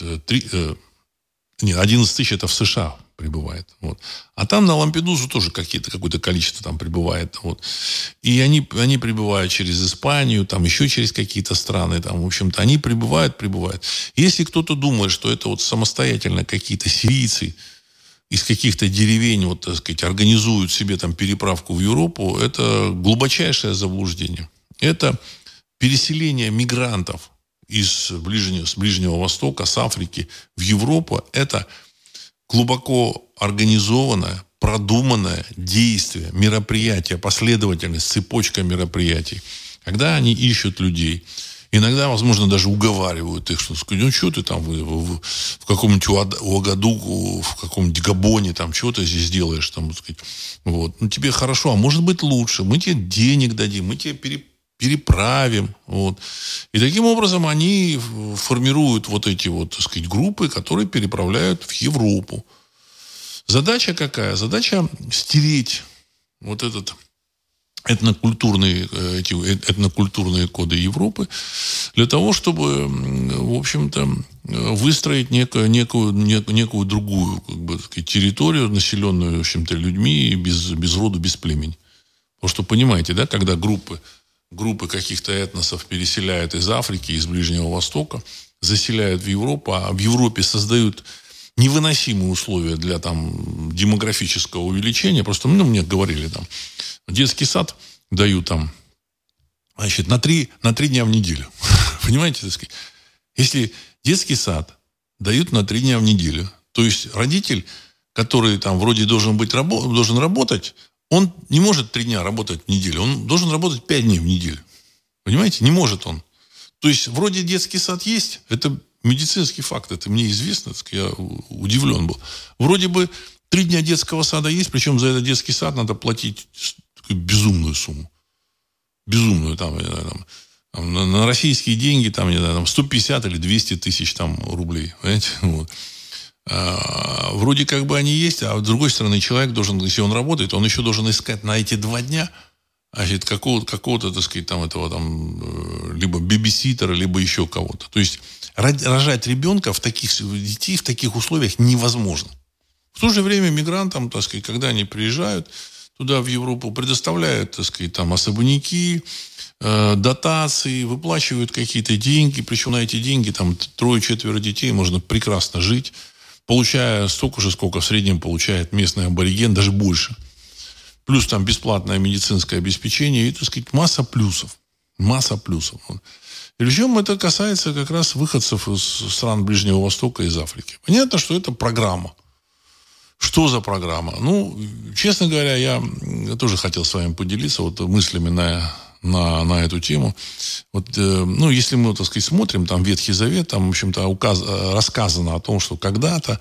11 тысяч это в США прибывает. Вот. А там на Лампедузу тоже какое-то количество там прибывает. Вот. И они прибывают через Испанию, там еще через какие-то страны. Там, в общем-то, они прибывают. Если кто-то думает, что это вот самостоятельно какие-то сирийцы из каких-то деревень, вот, так сказать, организуют себе там переправку в Европу, это глубочайшее заблуждение. Это переселение мигрантов с Ближнего Востока, с Африки в Европу. Это глубоко организованное, продуманное действие, мероприятие, последовательность, цепочка мероприятий. Когда они ищут людей, иногда, возможно, даже уговаривают их, что что ты там в каком-нибудь Уагадугу, в каком-нибудь Габоне, там, чего ты здесь делаешь, там, так сказать, вот. Тебе хорошо, а может быть лучше, мы тебе денег дадим, мы тебе переправим. Вот. И таким образом они формируют вот эти вот, так сказать, группы, которые переправляют в Европу. Задача какая? Задача стереть вот этнокультурные коды Европы для того, чтобы, в общем-то, выстроить некую другую, как бы, так сказать, территорию, населенную, в общем-то, людьми без роду, без племени. Потому что, понимаете, да, когда группы каких-то этносов переселяют из Африки, из Ближнего Востока, заселяют в Европу, а в Европе создают невыносимые условия для там демографического увеличения. Просто мне говорили, там, детский сад дают там, значит, на 3 дня в неделю. Понимаете, так сказать? Если детский сад дают на 3 дня в неделю, то есть родитель, который там вроде должен работать, он не может 3 дня работать в неделю, он должен работать 5 дней в неделю. Понимаете? Не может он. То есть вроде детский сад есть, это медицинский факт, это мне известно, я удивлен был. Вроде бы 3 дня детского сада есть, причем за этот детский сад надо платить безумную сумму. Безумную, на российские деньги, 150 или 200 тысяч рублей. Понимаете? Вот. Вроде как бы они есть, а с другой стороны человек должен, если он работает, он еще должен искать на эти 2 дня какого-то, так сказать, либо бибиситера, либо еще кого-то. То есть рожать ребенка детей в таких условиях невозможно. В то же время мигрантам, так сказать, когда они приезжают туда, в Европу, предоставляют, так сказать, особняки, дотации, выплачивают какие-то деньги, причем на эти деньги 3-4 детей можно прекрасно жить, получая столько же, сколько в среднем получает местный абориген, даже больше. Плюс бесплатное медицинское обеспечение и, так сказать, масса плюсов. Масса плюсов. И причем это касается как раз выходцев из стран Ближнего Востока и из Африки. Понятно, что это программа. Что за программа? Честно говоря, я тоже хотел с вами поделиться мыслями на эту тему. Если мы, так сказать, смотрим, Ветхий Завет, в общем-то, рассказано о том, что когда-то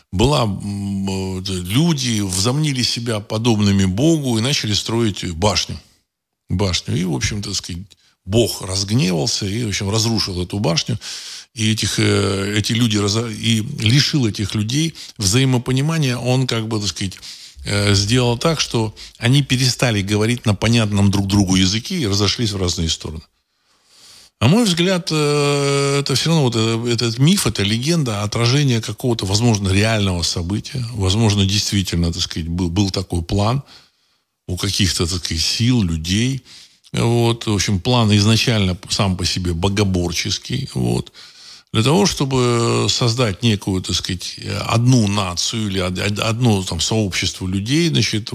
люди возомнили себя подобными Богу и начали строить башню. И, в общем-то, так сказать, Бог разгневался и, в общем, разрушил эту башню. И эти люди и лишил этих людей взаимопонимания. Он, так сказать, сделал так, что они перестали говорить на понятном друг другу языке и разошлись в разные стороны. На мой взгляд, это все равно этот миф, эта легенда, отражение какого-то, возможно, реального события. Возможно, действительно, так сказать, был такой план у каких-то, так сказать, сил, людей. В общем, план изначально сам по себе богоборческий. Для того, чтобы создать некую, так сказать, одну нацию или одно сообщество людей,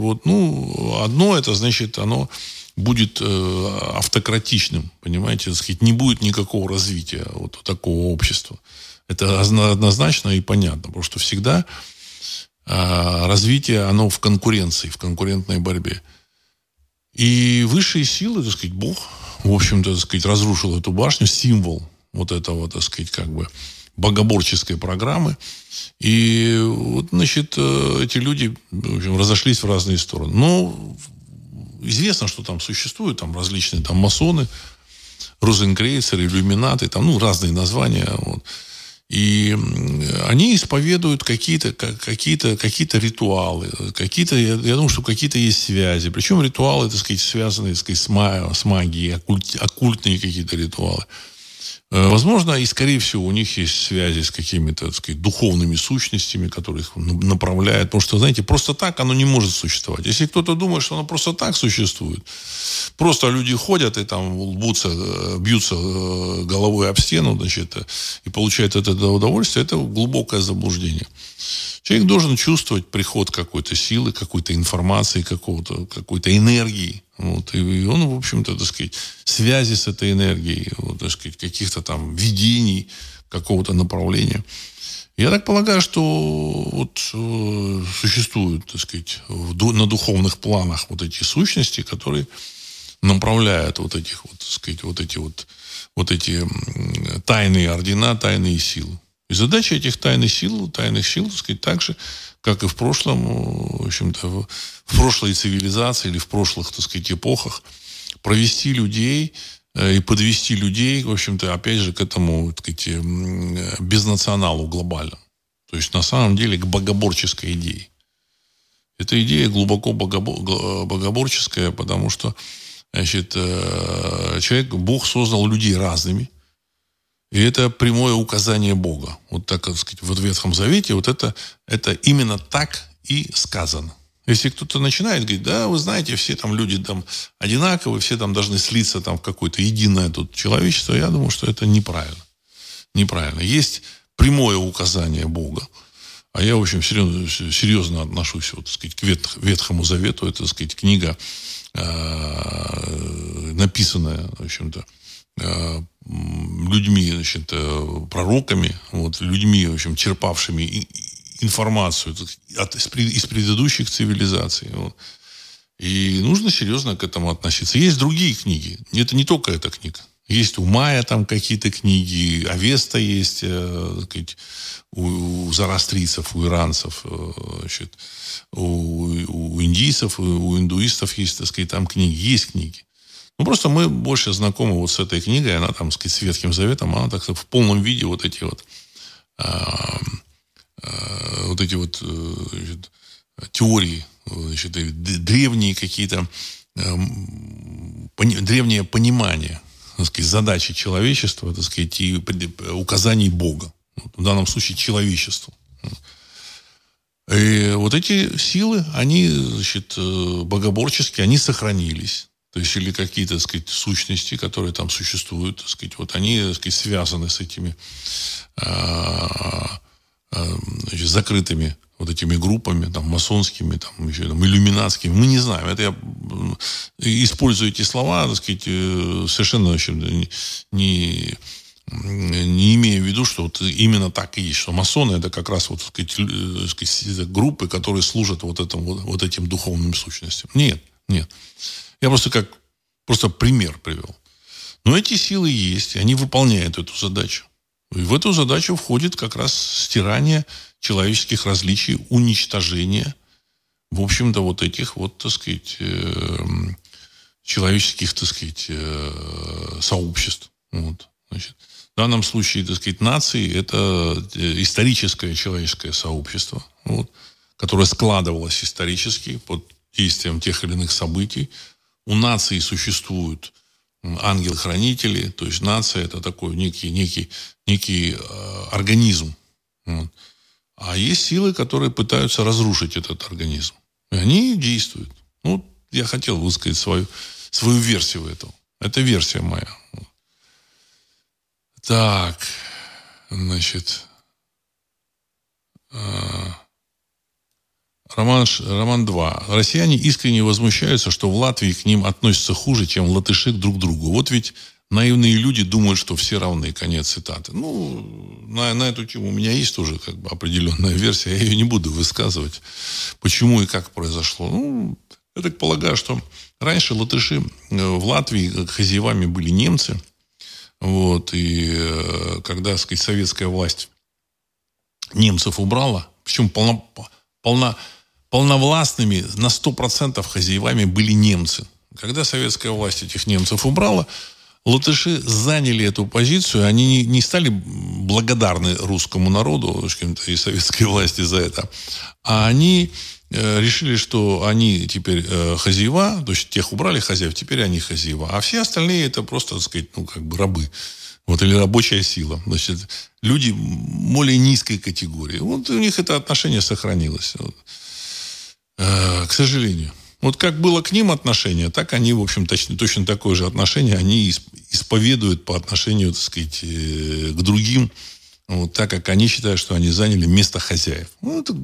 одно это, значит, оно будет автократичным, понимаете, так сказать, не будет никакого развития такого общества. Это однозначно и понятно, потому что всегда развитие, оно в конкуренции, в конкурентной борьбе. И высшие силы, так сказать, Бог, в общем-то, так сказать, разрушил эту башню, символ этого, так сказать, богоборческой программы. И эти люди, в общем, разошлись в разные стороны. Но известно, что существуют различные масоны, розенкрейцеры, иллюминаты, разные названия. И они исповедуют какие-то ритуалы, я думаю, что какие-то есть связи. Причем ритуалы, так сказать, связанные, так сказать, с магией, оккультные какие-то ритуалы. Возможно, и, скорее всего, у них есть связи с какими-то, так сказать, духовными сущностями, которые их направляют. Потому что, знаете, просто так оно не может существовать. Если кто-то думает, что оно просто так существует, просто люди ходят и бьются головой об стену, значит, и получают от этого удовольствие, это глубокое заблуждение. Человек должен чувствовать приход какой-то силы, какой-то информации, какой-то энергии. И он, в общем-то, так сказать, связи с этой энергией, так сказать, каких-то видений, какого-то направления. Я так полагаю, что существуют, так сказать, на духовных планах эти сущности, которые направляют эти тайные ордена, тайные силы. И задача этих тайных сил, так сказать, так же, как и в прошлом, в общем-то, в прошлой цивилизации или в прошлых, так сказать, эпохах, провести людей и подвести людей, в общем-то, опять же, к этому, так сказать, безнационалу глобальному. То есть, на самом деле, к богоборческой идее. Эта идея глубоко богоборческая, потому что, значит, Бог создал людей разными. И это прямое указание Бога. Так сказать, в Ветхом Завете это именно так и сказано. Если кто-то начинает говорить, да, вы знаете, все люди одинаковые, все должны слиться в какое-то единое человечество, я думаю, что это неправильно. Неправильно. Есть прямое указание Бога. А я, в общем, серьезно отношусь, так сказать, к Ветхому Завету. Это, так сказать, книга, написанная, в общем-то, людьми, значит, пророками, вот, людьми, в общем, черпавшими информацию из предыдущих цивилизаций. Вот. И нужно серьезно к этому относиться. Есть другие книги. Это не только эта книга. Есть у Майя там какие-то книги, Авеста есть, так сказать, у зороастрийцев, у иранцев, значит, у индийцев, у индуистов есть, так сказать, там книги. Есть книги. Ну, просто мы больше знакомы вот с этой книгой. Она там, так сказать, с Ветхим Заветом. Она так в полном виде вот эти вот значит, теории, значит, древние какие-то древнее понимание, так сказать, задачи человечества, так сказать, и указаний Бога. В данном случае человечеству. И вот эти силы, они, значит, богоборческие, они сохранились. То есть, или какие-то, так сказать, сущности, которые там существуют, так сказать, вот они, так сказать, связаны с этими значит, закрытыми вот этими группами, там, масонскими, там, еще, там, иллюминатскими, мы не знаем. Это я использую эти слова, так сказать, совершенно, в общем, не имея в виду, что вот именно так и есть, что масоны это как раз вот, так сказать, группы, которые служат вот этим духовным сущностям. Нет. Я просто пример привел. Но эти силы есть, и они выполняют эту задачу. И в эту задачу входит как раз стирание человеческих различий, уничтожение, в общем-то, вот этих вот, так сказать, человеческих, так сказать, сообществ. Вот, значит. В данном случае, так сказать, нации – это историческое человеческое сообщество, вот, которое складывалось исторически под действием тех или иных событий. У нации существуют ангелы-хранители, то есть нация – это такой некий организм. Вот. А есть силы, которые пытаются разрушить этот организм. И они действуют. Ну, я хотел высказать свою версию этого. Это версия моя. Так, значит, Роман 2. Россияне искренне возмущаются, что в Латвии к ним относятся хуже, чем латыши друг к другу. Вот ведь наивные люди думают, что все равны. Конец цитаты. Ну, на эту тему у меня есть тоже как бы определенная версия. Я ее не буду высказывать. Почему и как произошло. Ну, я так полагаю, что раньше латыши в Латвии хозяевами были немцы. Вот, и когда, так сказать, советская власть немцев убрала, причем полновластными на 100% хозяевами были немцы. Когда советская власть этих немцев убрала, латыши заняли эту позицию, они не стали благодарны русскому народу и советской власти за это, а они решили, что они теперь хозяева, то есть тех убрали хозяев, теперь они хозяева, а все остальные это просто, так сказать, ну, как бы рабы. Вот, или рабочая сила. Значит, люди более низкой категории. Вот у них это отношение сохранилось. Вот. К сожалению. Вот как было к ним отношение, так они, в общем, точно такое же отношение они исповедуют по отношению, так сказать, к другим, вот, так как они считают, что они заняли место хозяев. Ну, это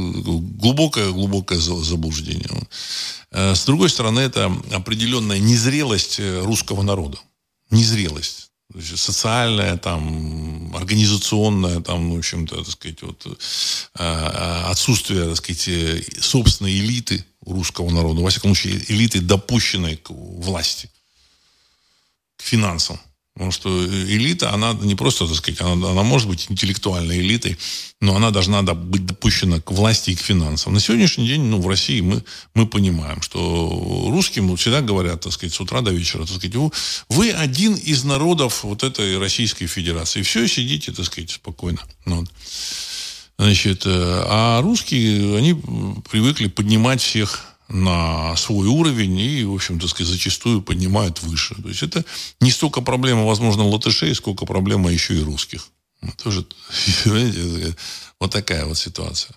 глубокое заблуждение. С другой стороны, это определенная незрелость русского народа. Незрелость. Социальная, там, организационная, там, в общем-то, так сказать, вот, отсутствие, так сказать, собственной элиты у русского народа, во всяком случае, элиты, допущенной к власти, к финансам. Потому что элита, она не просто, так сказать, она может быть интеллектуальной элитой, но она должна быть допущена к власти и к финансам. На сегодняшний день, ну, в России мы понимаем, что русским всегда говорят, так сказать, с утра до вечера, так сказать, вы один из народов вот этой Российской Федерации. И все, сидите, так сказать, спокойно. Вот. Значит, а русские, они привыкли поднимать всех на свой уровень и, в общем, так сказать, зачастую поднимают выше. То есть это не столько проблема, возможно, латышей, сколько проблема еще и русских. Тоже, понимаете, вот такая вот ситуация.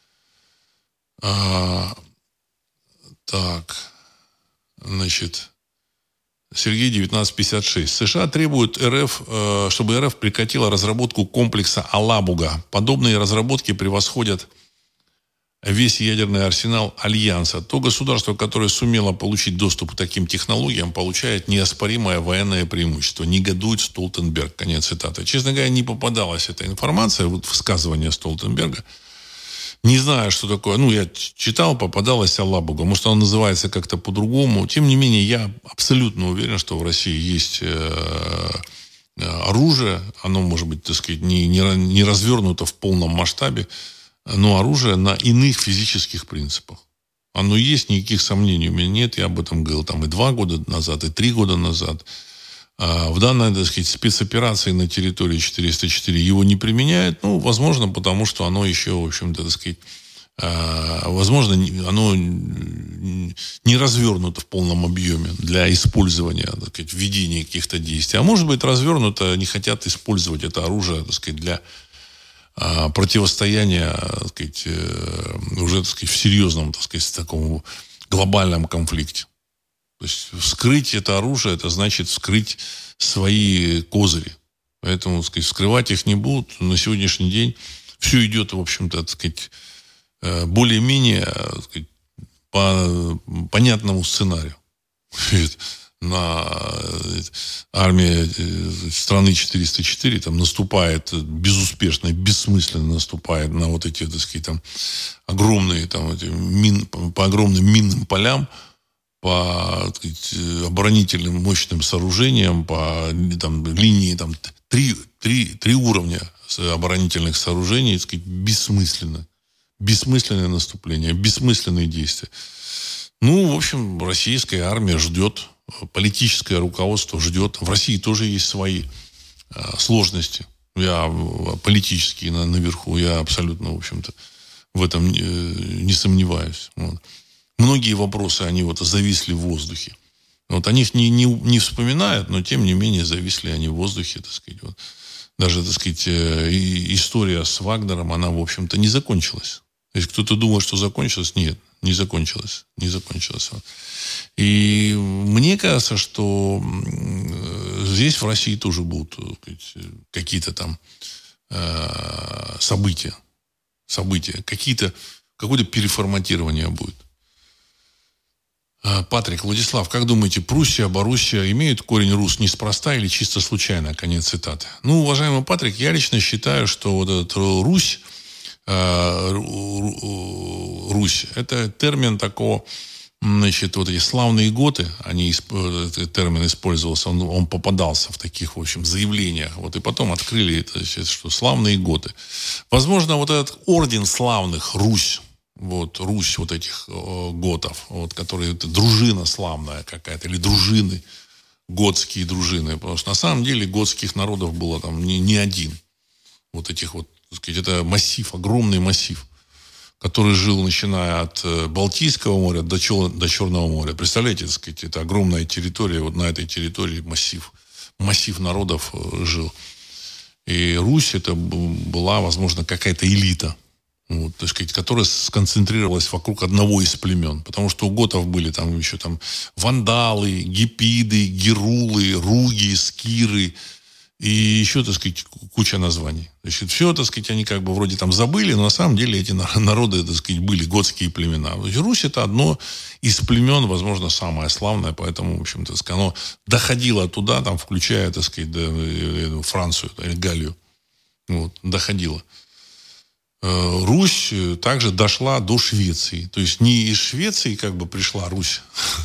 Так, значит, Сергей 1956. США требуют чтобы РФ прекратила разработку комплекса Алабуга. Подобные разработки превосходят весь ядерный арсенал Альянса. То государство, которое сумело получить доступ к таким технологиям, получает неоспоримое военное преимущество. Негодует Столтенберг. Конец цитаты. Честно говоря, не попадалась эта информация, вот высказывание Столтенберга. Не знаю, что такое. Ну, я читал, попадалась Алабуга. Может, оно называется как-то по-другому. Тем не менее, я абсолютно уверен, что в России есть оружие. Оно, может быть, так сказать, не развернуто в полном масштабе, но оружие на иных физических принципах. Оно есть, никаких сомнений у меня нет. Я об этом говорил там и 2 года назад, и 3 года назад. В данной, так сказать, спецоперации на территории 404 его не применяют. Ну, возможно, потому что оно еще, в общем-то, так сказать, возможно, оно не развернуто в полном объеме для использования, так сказать, введения каких-то действий. А может быть, развернуто, не хотят использовать это оружие, так сказать, для противостояния, так сказать, уже, так сказать, в серьезном, так сказать, таком глобальном конфликте. То есть вскрыть это оружие, это значит вскрыть свои козыри. Поэтому, так сказать, вскрывать их не будут. На сегодняшний день все идет, в общем-то, так сказать, более-менее, так сказать, по понятному сценарию. Армия страны 404 там наступает безуспешно, бессмысленно наступает на вот эти, так сказать, там огромные там по огромным минным полям, по, так сказать, оборонительным мощным сооружениям, по там, линии там, три уровня оборонительных сооружений, так сказать, бессмысленно. Бессмысленное наступление, бессмысленные действия. Ну, в общем, российская армия ждет, политическое руководство ждет. В России тоже есть свои сложности. Я политические наверху, я абсолютно, в общем-то, в этом не сомневаюсь. Вот. Многие вопросы, они вот зависли в воздухе. Вот о них не вспоминают, но тем не менее зависли они в воздухе, так сказать. Вот. Даже, так сказать, история с Вагнером, она, в общем-то, не закончилась. Если кто-то думает, что закончилась, нет, не закончилась. Не закончилась. И мне кажется, что здесь, в России, тоже будут, так сказать, какие-то там события. Какое-то переформатирование будет. Патрик, Владислав, как думаете, Пруссия, Боруссия имеют корень рус неспроста или чисто случайно? Конец цитаты. Ну, уважаемый Патрик, я лично считаю, что вот этот Русь, это термин такого, значит, вот эти славные готы, этот термин использовался, он попадался в таких, в общем, заявлениях. Вот, и потом открыли это, значит, что славные готы. Возможно, вот этот орден славных, Русь вот этих готов, вот, которые, это дружина славная какая-то, или дружины, готские дружины. Потому что на самом деле готских народов было там не один. Вот этих вот, так сказать, это массив, огромный массив, который жил, начиная от Балтийского моря до Черного моря. Представляете, так сказать, это огромная территория, вот на этой территории массив народов жил. И Русь это была, возможно, какая-то элита, вот, так сказать, которая сконцентрировалась вокруг одного из племен. Потому что у готов были там еще там вандалы, гепиды, герулы, руги, скиры и еще, так сказать, куча названий. Значит, все, так сказать, они как бы вроде там забыли, но на самом деле эти народы, так сказать, были готские племена. Русь это одно из племен, возможно, самое славное, поэтому, в общем-то, оно доходило туда, там, включая, так сказать, Францию или Галлию. Вот, доходило. Русь также дошла до Швеции. То есть не из Швеции как бы пришла Русь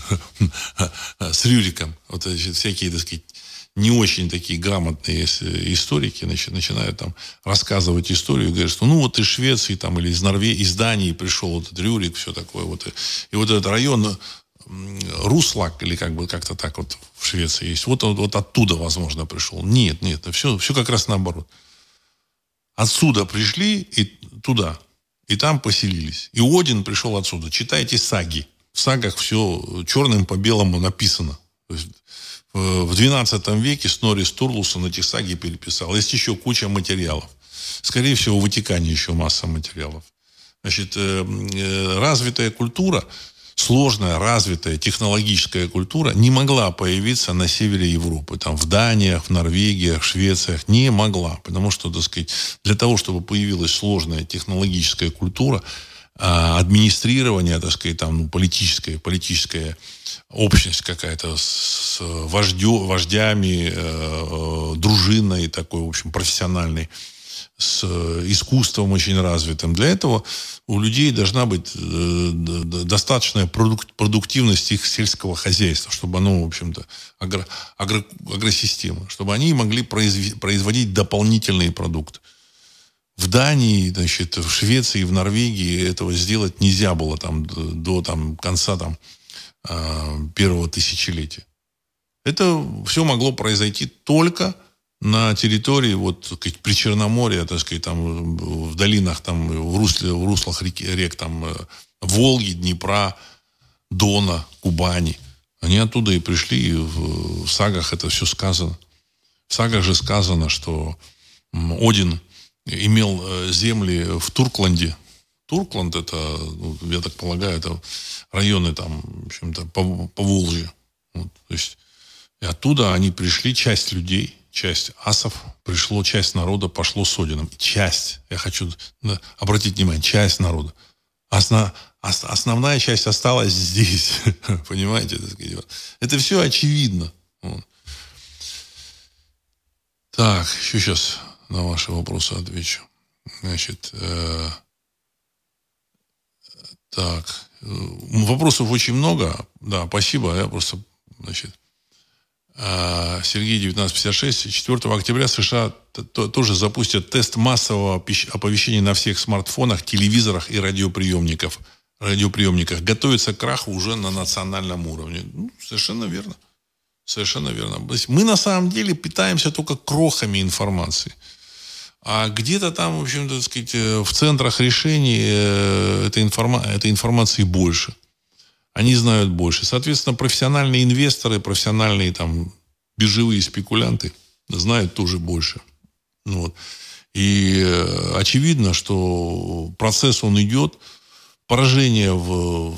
с Рюриком. Вот, значит, всякие, так сказать, не очень такие грамотные историки, значит, начинают там рассказывать историю и говорят, что ну вот из Швеции там, или из Норвегии, из Дании пришел вот этот Рюрик, все такое. Вот. И вот этот район Руслак, или как бы как-то так вот в Швеции есть. Вот оттуда, возможно, пришел. Нет, все как раз наоборот. Отсюда пришли и туда. И там поселились. И Один пришел отсюда. Читайте саги. В сагах все черным по белому написано. То есть в XII веке Снорри Стурлусон эти саги переписал. Есть еще куча материалов. Скорее всего, в Ватикане еще масса материалов. Значит, развитая культура, сложная, развитая технологическая культура не могла появиться на севере Европы. Там в Даниях, в Норвегиях, в Швециях не могла. Потому что, так сказать, для того, чтобы появилась сложная технологическая культура, администрирование, так сказать, там, политическая общность какая-то с вождями, дружиной такой, в общем, профессиональной, с искусством очень развитым. Для этого у людей должна быть достаточная продуктивность их сельского хозяйства, чтобы оно, в общем-то, агросистема, чтобы они могли производить дополнительные продукты. В Дании, значит, в Швеции, в Норвегии этого сделать нельзя было до конца первого тысячелетия. Это все могло произойти только на территории Причерноморья, так сказать, там, в долинах, там, в руслах рек, там, Волги, Днепра, Дона, Кубани. Они оттуда и пришли, и в сагах это все сказано. В сагах же сказано, что Один имел земли в Туркланде. Туркланд это, я так полагаю, это районы там, в общем-то, по Волжье. То есть, и оттуда они пришли, часть людей, часть асов пришло, часть народа пошло с Одином. Часть, я хочу обратить внимание, часть народа. Основная часть осталась здесь. Понимаете? Это все очевидно. Так, еще сейчас на ваши вопросы отвечу. Значит, так, вопросов очень много. Да, спасибо. Я просто, значит, Сергей 1956. 4 октября США тоже запустят тест массового оповещения на всех смартфонах, телевизорах и радиоприемниках. Готовится к краху уже на национальном уровне. Совершенно верно. Совершенно верно. Мы на самом деле питаемся только крохами информации. А где-то там, в общем-то, так сказать, в центрах решений этой информации больше. Они знают больше. Соответственно, профессиональные инвесторы, профессиональные там биржевые спекулянты знают тоже больше. И очевидно, что процесс он идет. Поражение в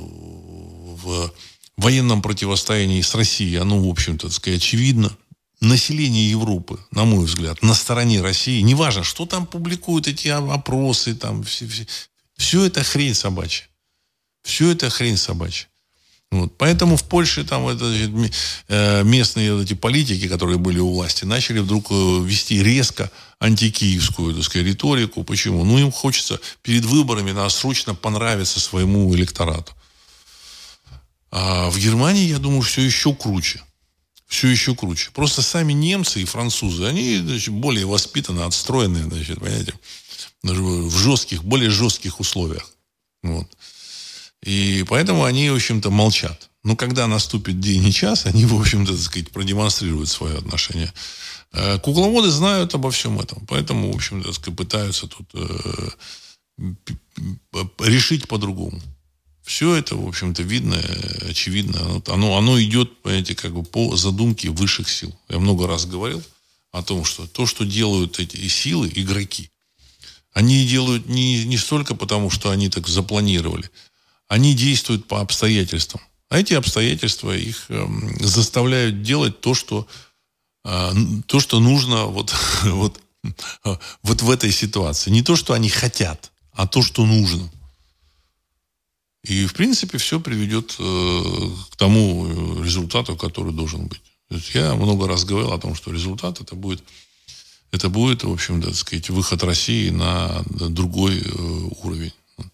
военном противостоянии с Россией, оно, в общем-то, так сказать, очевидно. Население Европы, на мой взгляд, на стороне России. Неважно, что там публикуют эти опросы, там все это хрень собачья. Все это хрень собачья. Поэтому в Польше там местные эти политики, которые были у власти, начали вдруг вести резко антикиевскую, так сказать, риторику. Почему? Им хочется перед выборами надо срочно понравиться своему электорату. А в Германии, я думаю, все еще круче. Все еще круче. Просто сами немцы и французы, они, значит, более воспитаны, отстроены, значит, понимаете, в более жестких условиях. И поэтому они, в общем-то, молчат. Но когда наступит день и час, они, в общем-то, так сказать, продемонстрируют свое отношение. Кукловоды знают обо всем этом. Поэтому, в общем-то, так сказать, пытаются тут решить по-другому. Все это, в общем-то, видно, очевидно. Оно идет, понимаете, как бы по задумке высших сил. Я много раз говорил о том, что то, что делают эти силы, игроки, они делают не столько потому, что они так запланировали. Они действуют по обстоятельствам. А эти обстоятельства их заставляют делать то, что нужно вот в этой ситуации. Не то, что они хотят, а то, что нужно. И, в принципе, все приведет к тому результату, который должен быть. Я много раз говорил о том, что результат это будет, в общем, так сказать, выход России на другой уровень.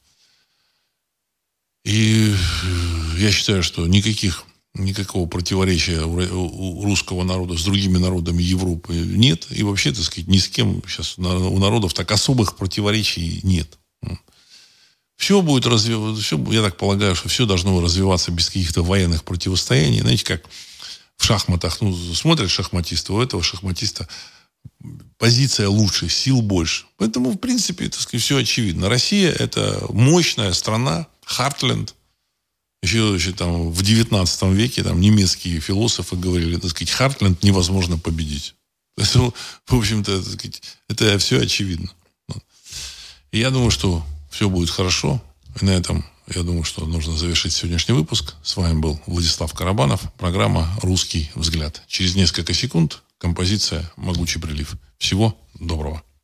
И я считаю, что никакого противоречия у русского народа с другими народами Европы нет. И вообще, так сказать, ни с кем сейчас у народов так особых противоречий нет. Все будет развиваться, я так полагаю, что все должно развиваться без каких-то военных противостояний. Знаете, как в шахматах, смотрят шахматисты, у этого шахматиста позиция лучше, сил больше. Поэтому, в принципе, так сказать, все очевидно. Россия – это мощная страна, Хартленд. Еще там в 19 веке там немецкие философы говорили, так сказать, Хартленд невозможно победить. Поэтому, в общем-то, так сказать, это все очевидно. И я думаю, что все будет хорошо. И на этом, я думаю, что нужно завершить сегодняшний выпуск. С вами был Владислав Карабанов. Программа «Русский взгляд». Через несколько секунд композиция «Могучий прилив». Всего доброго.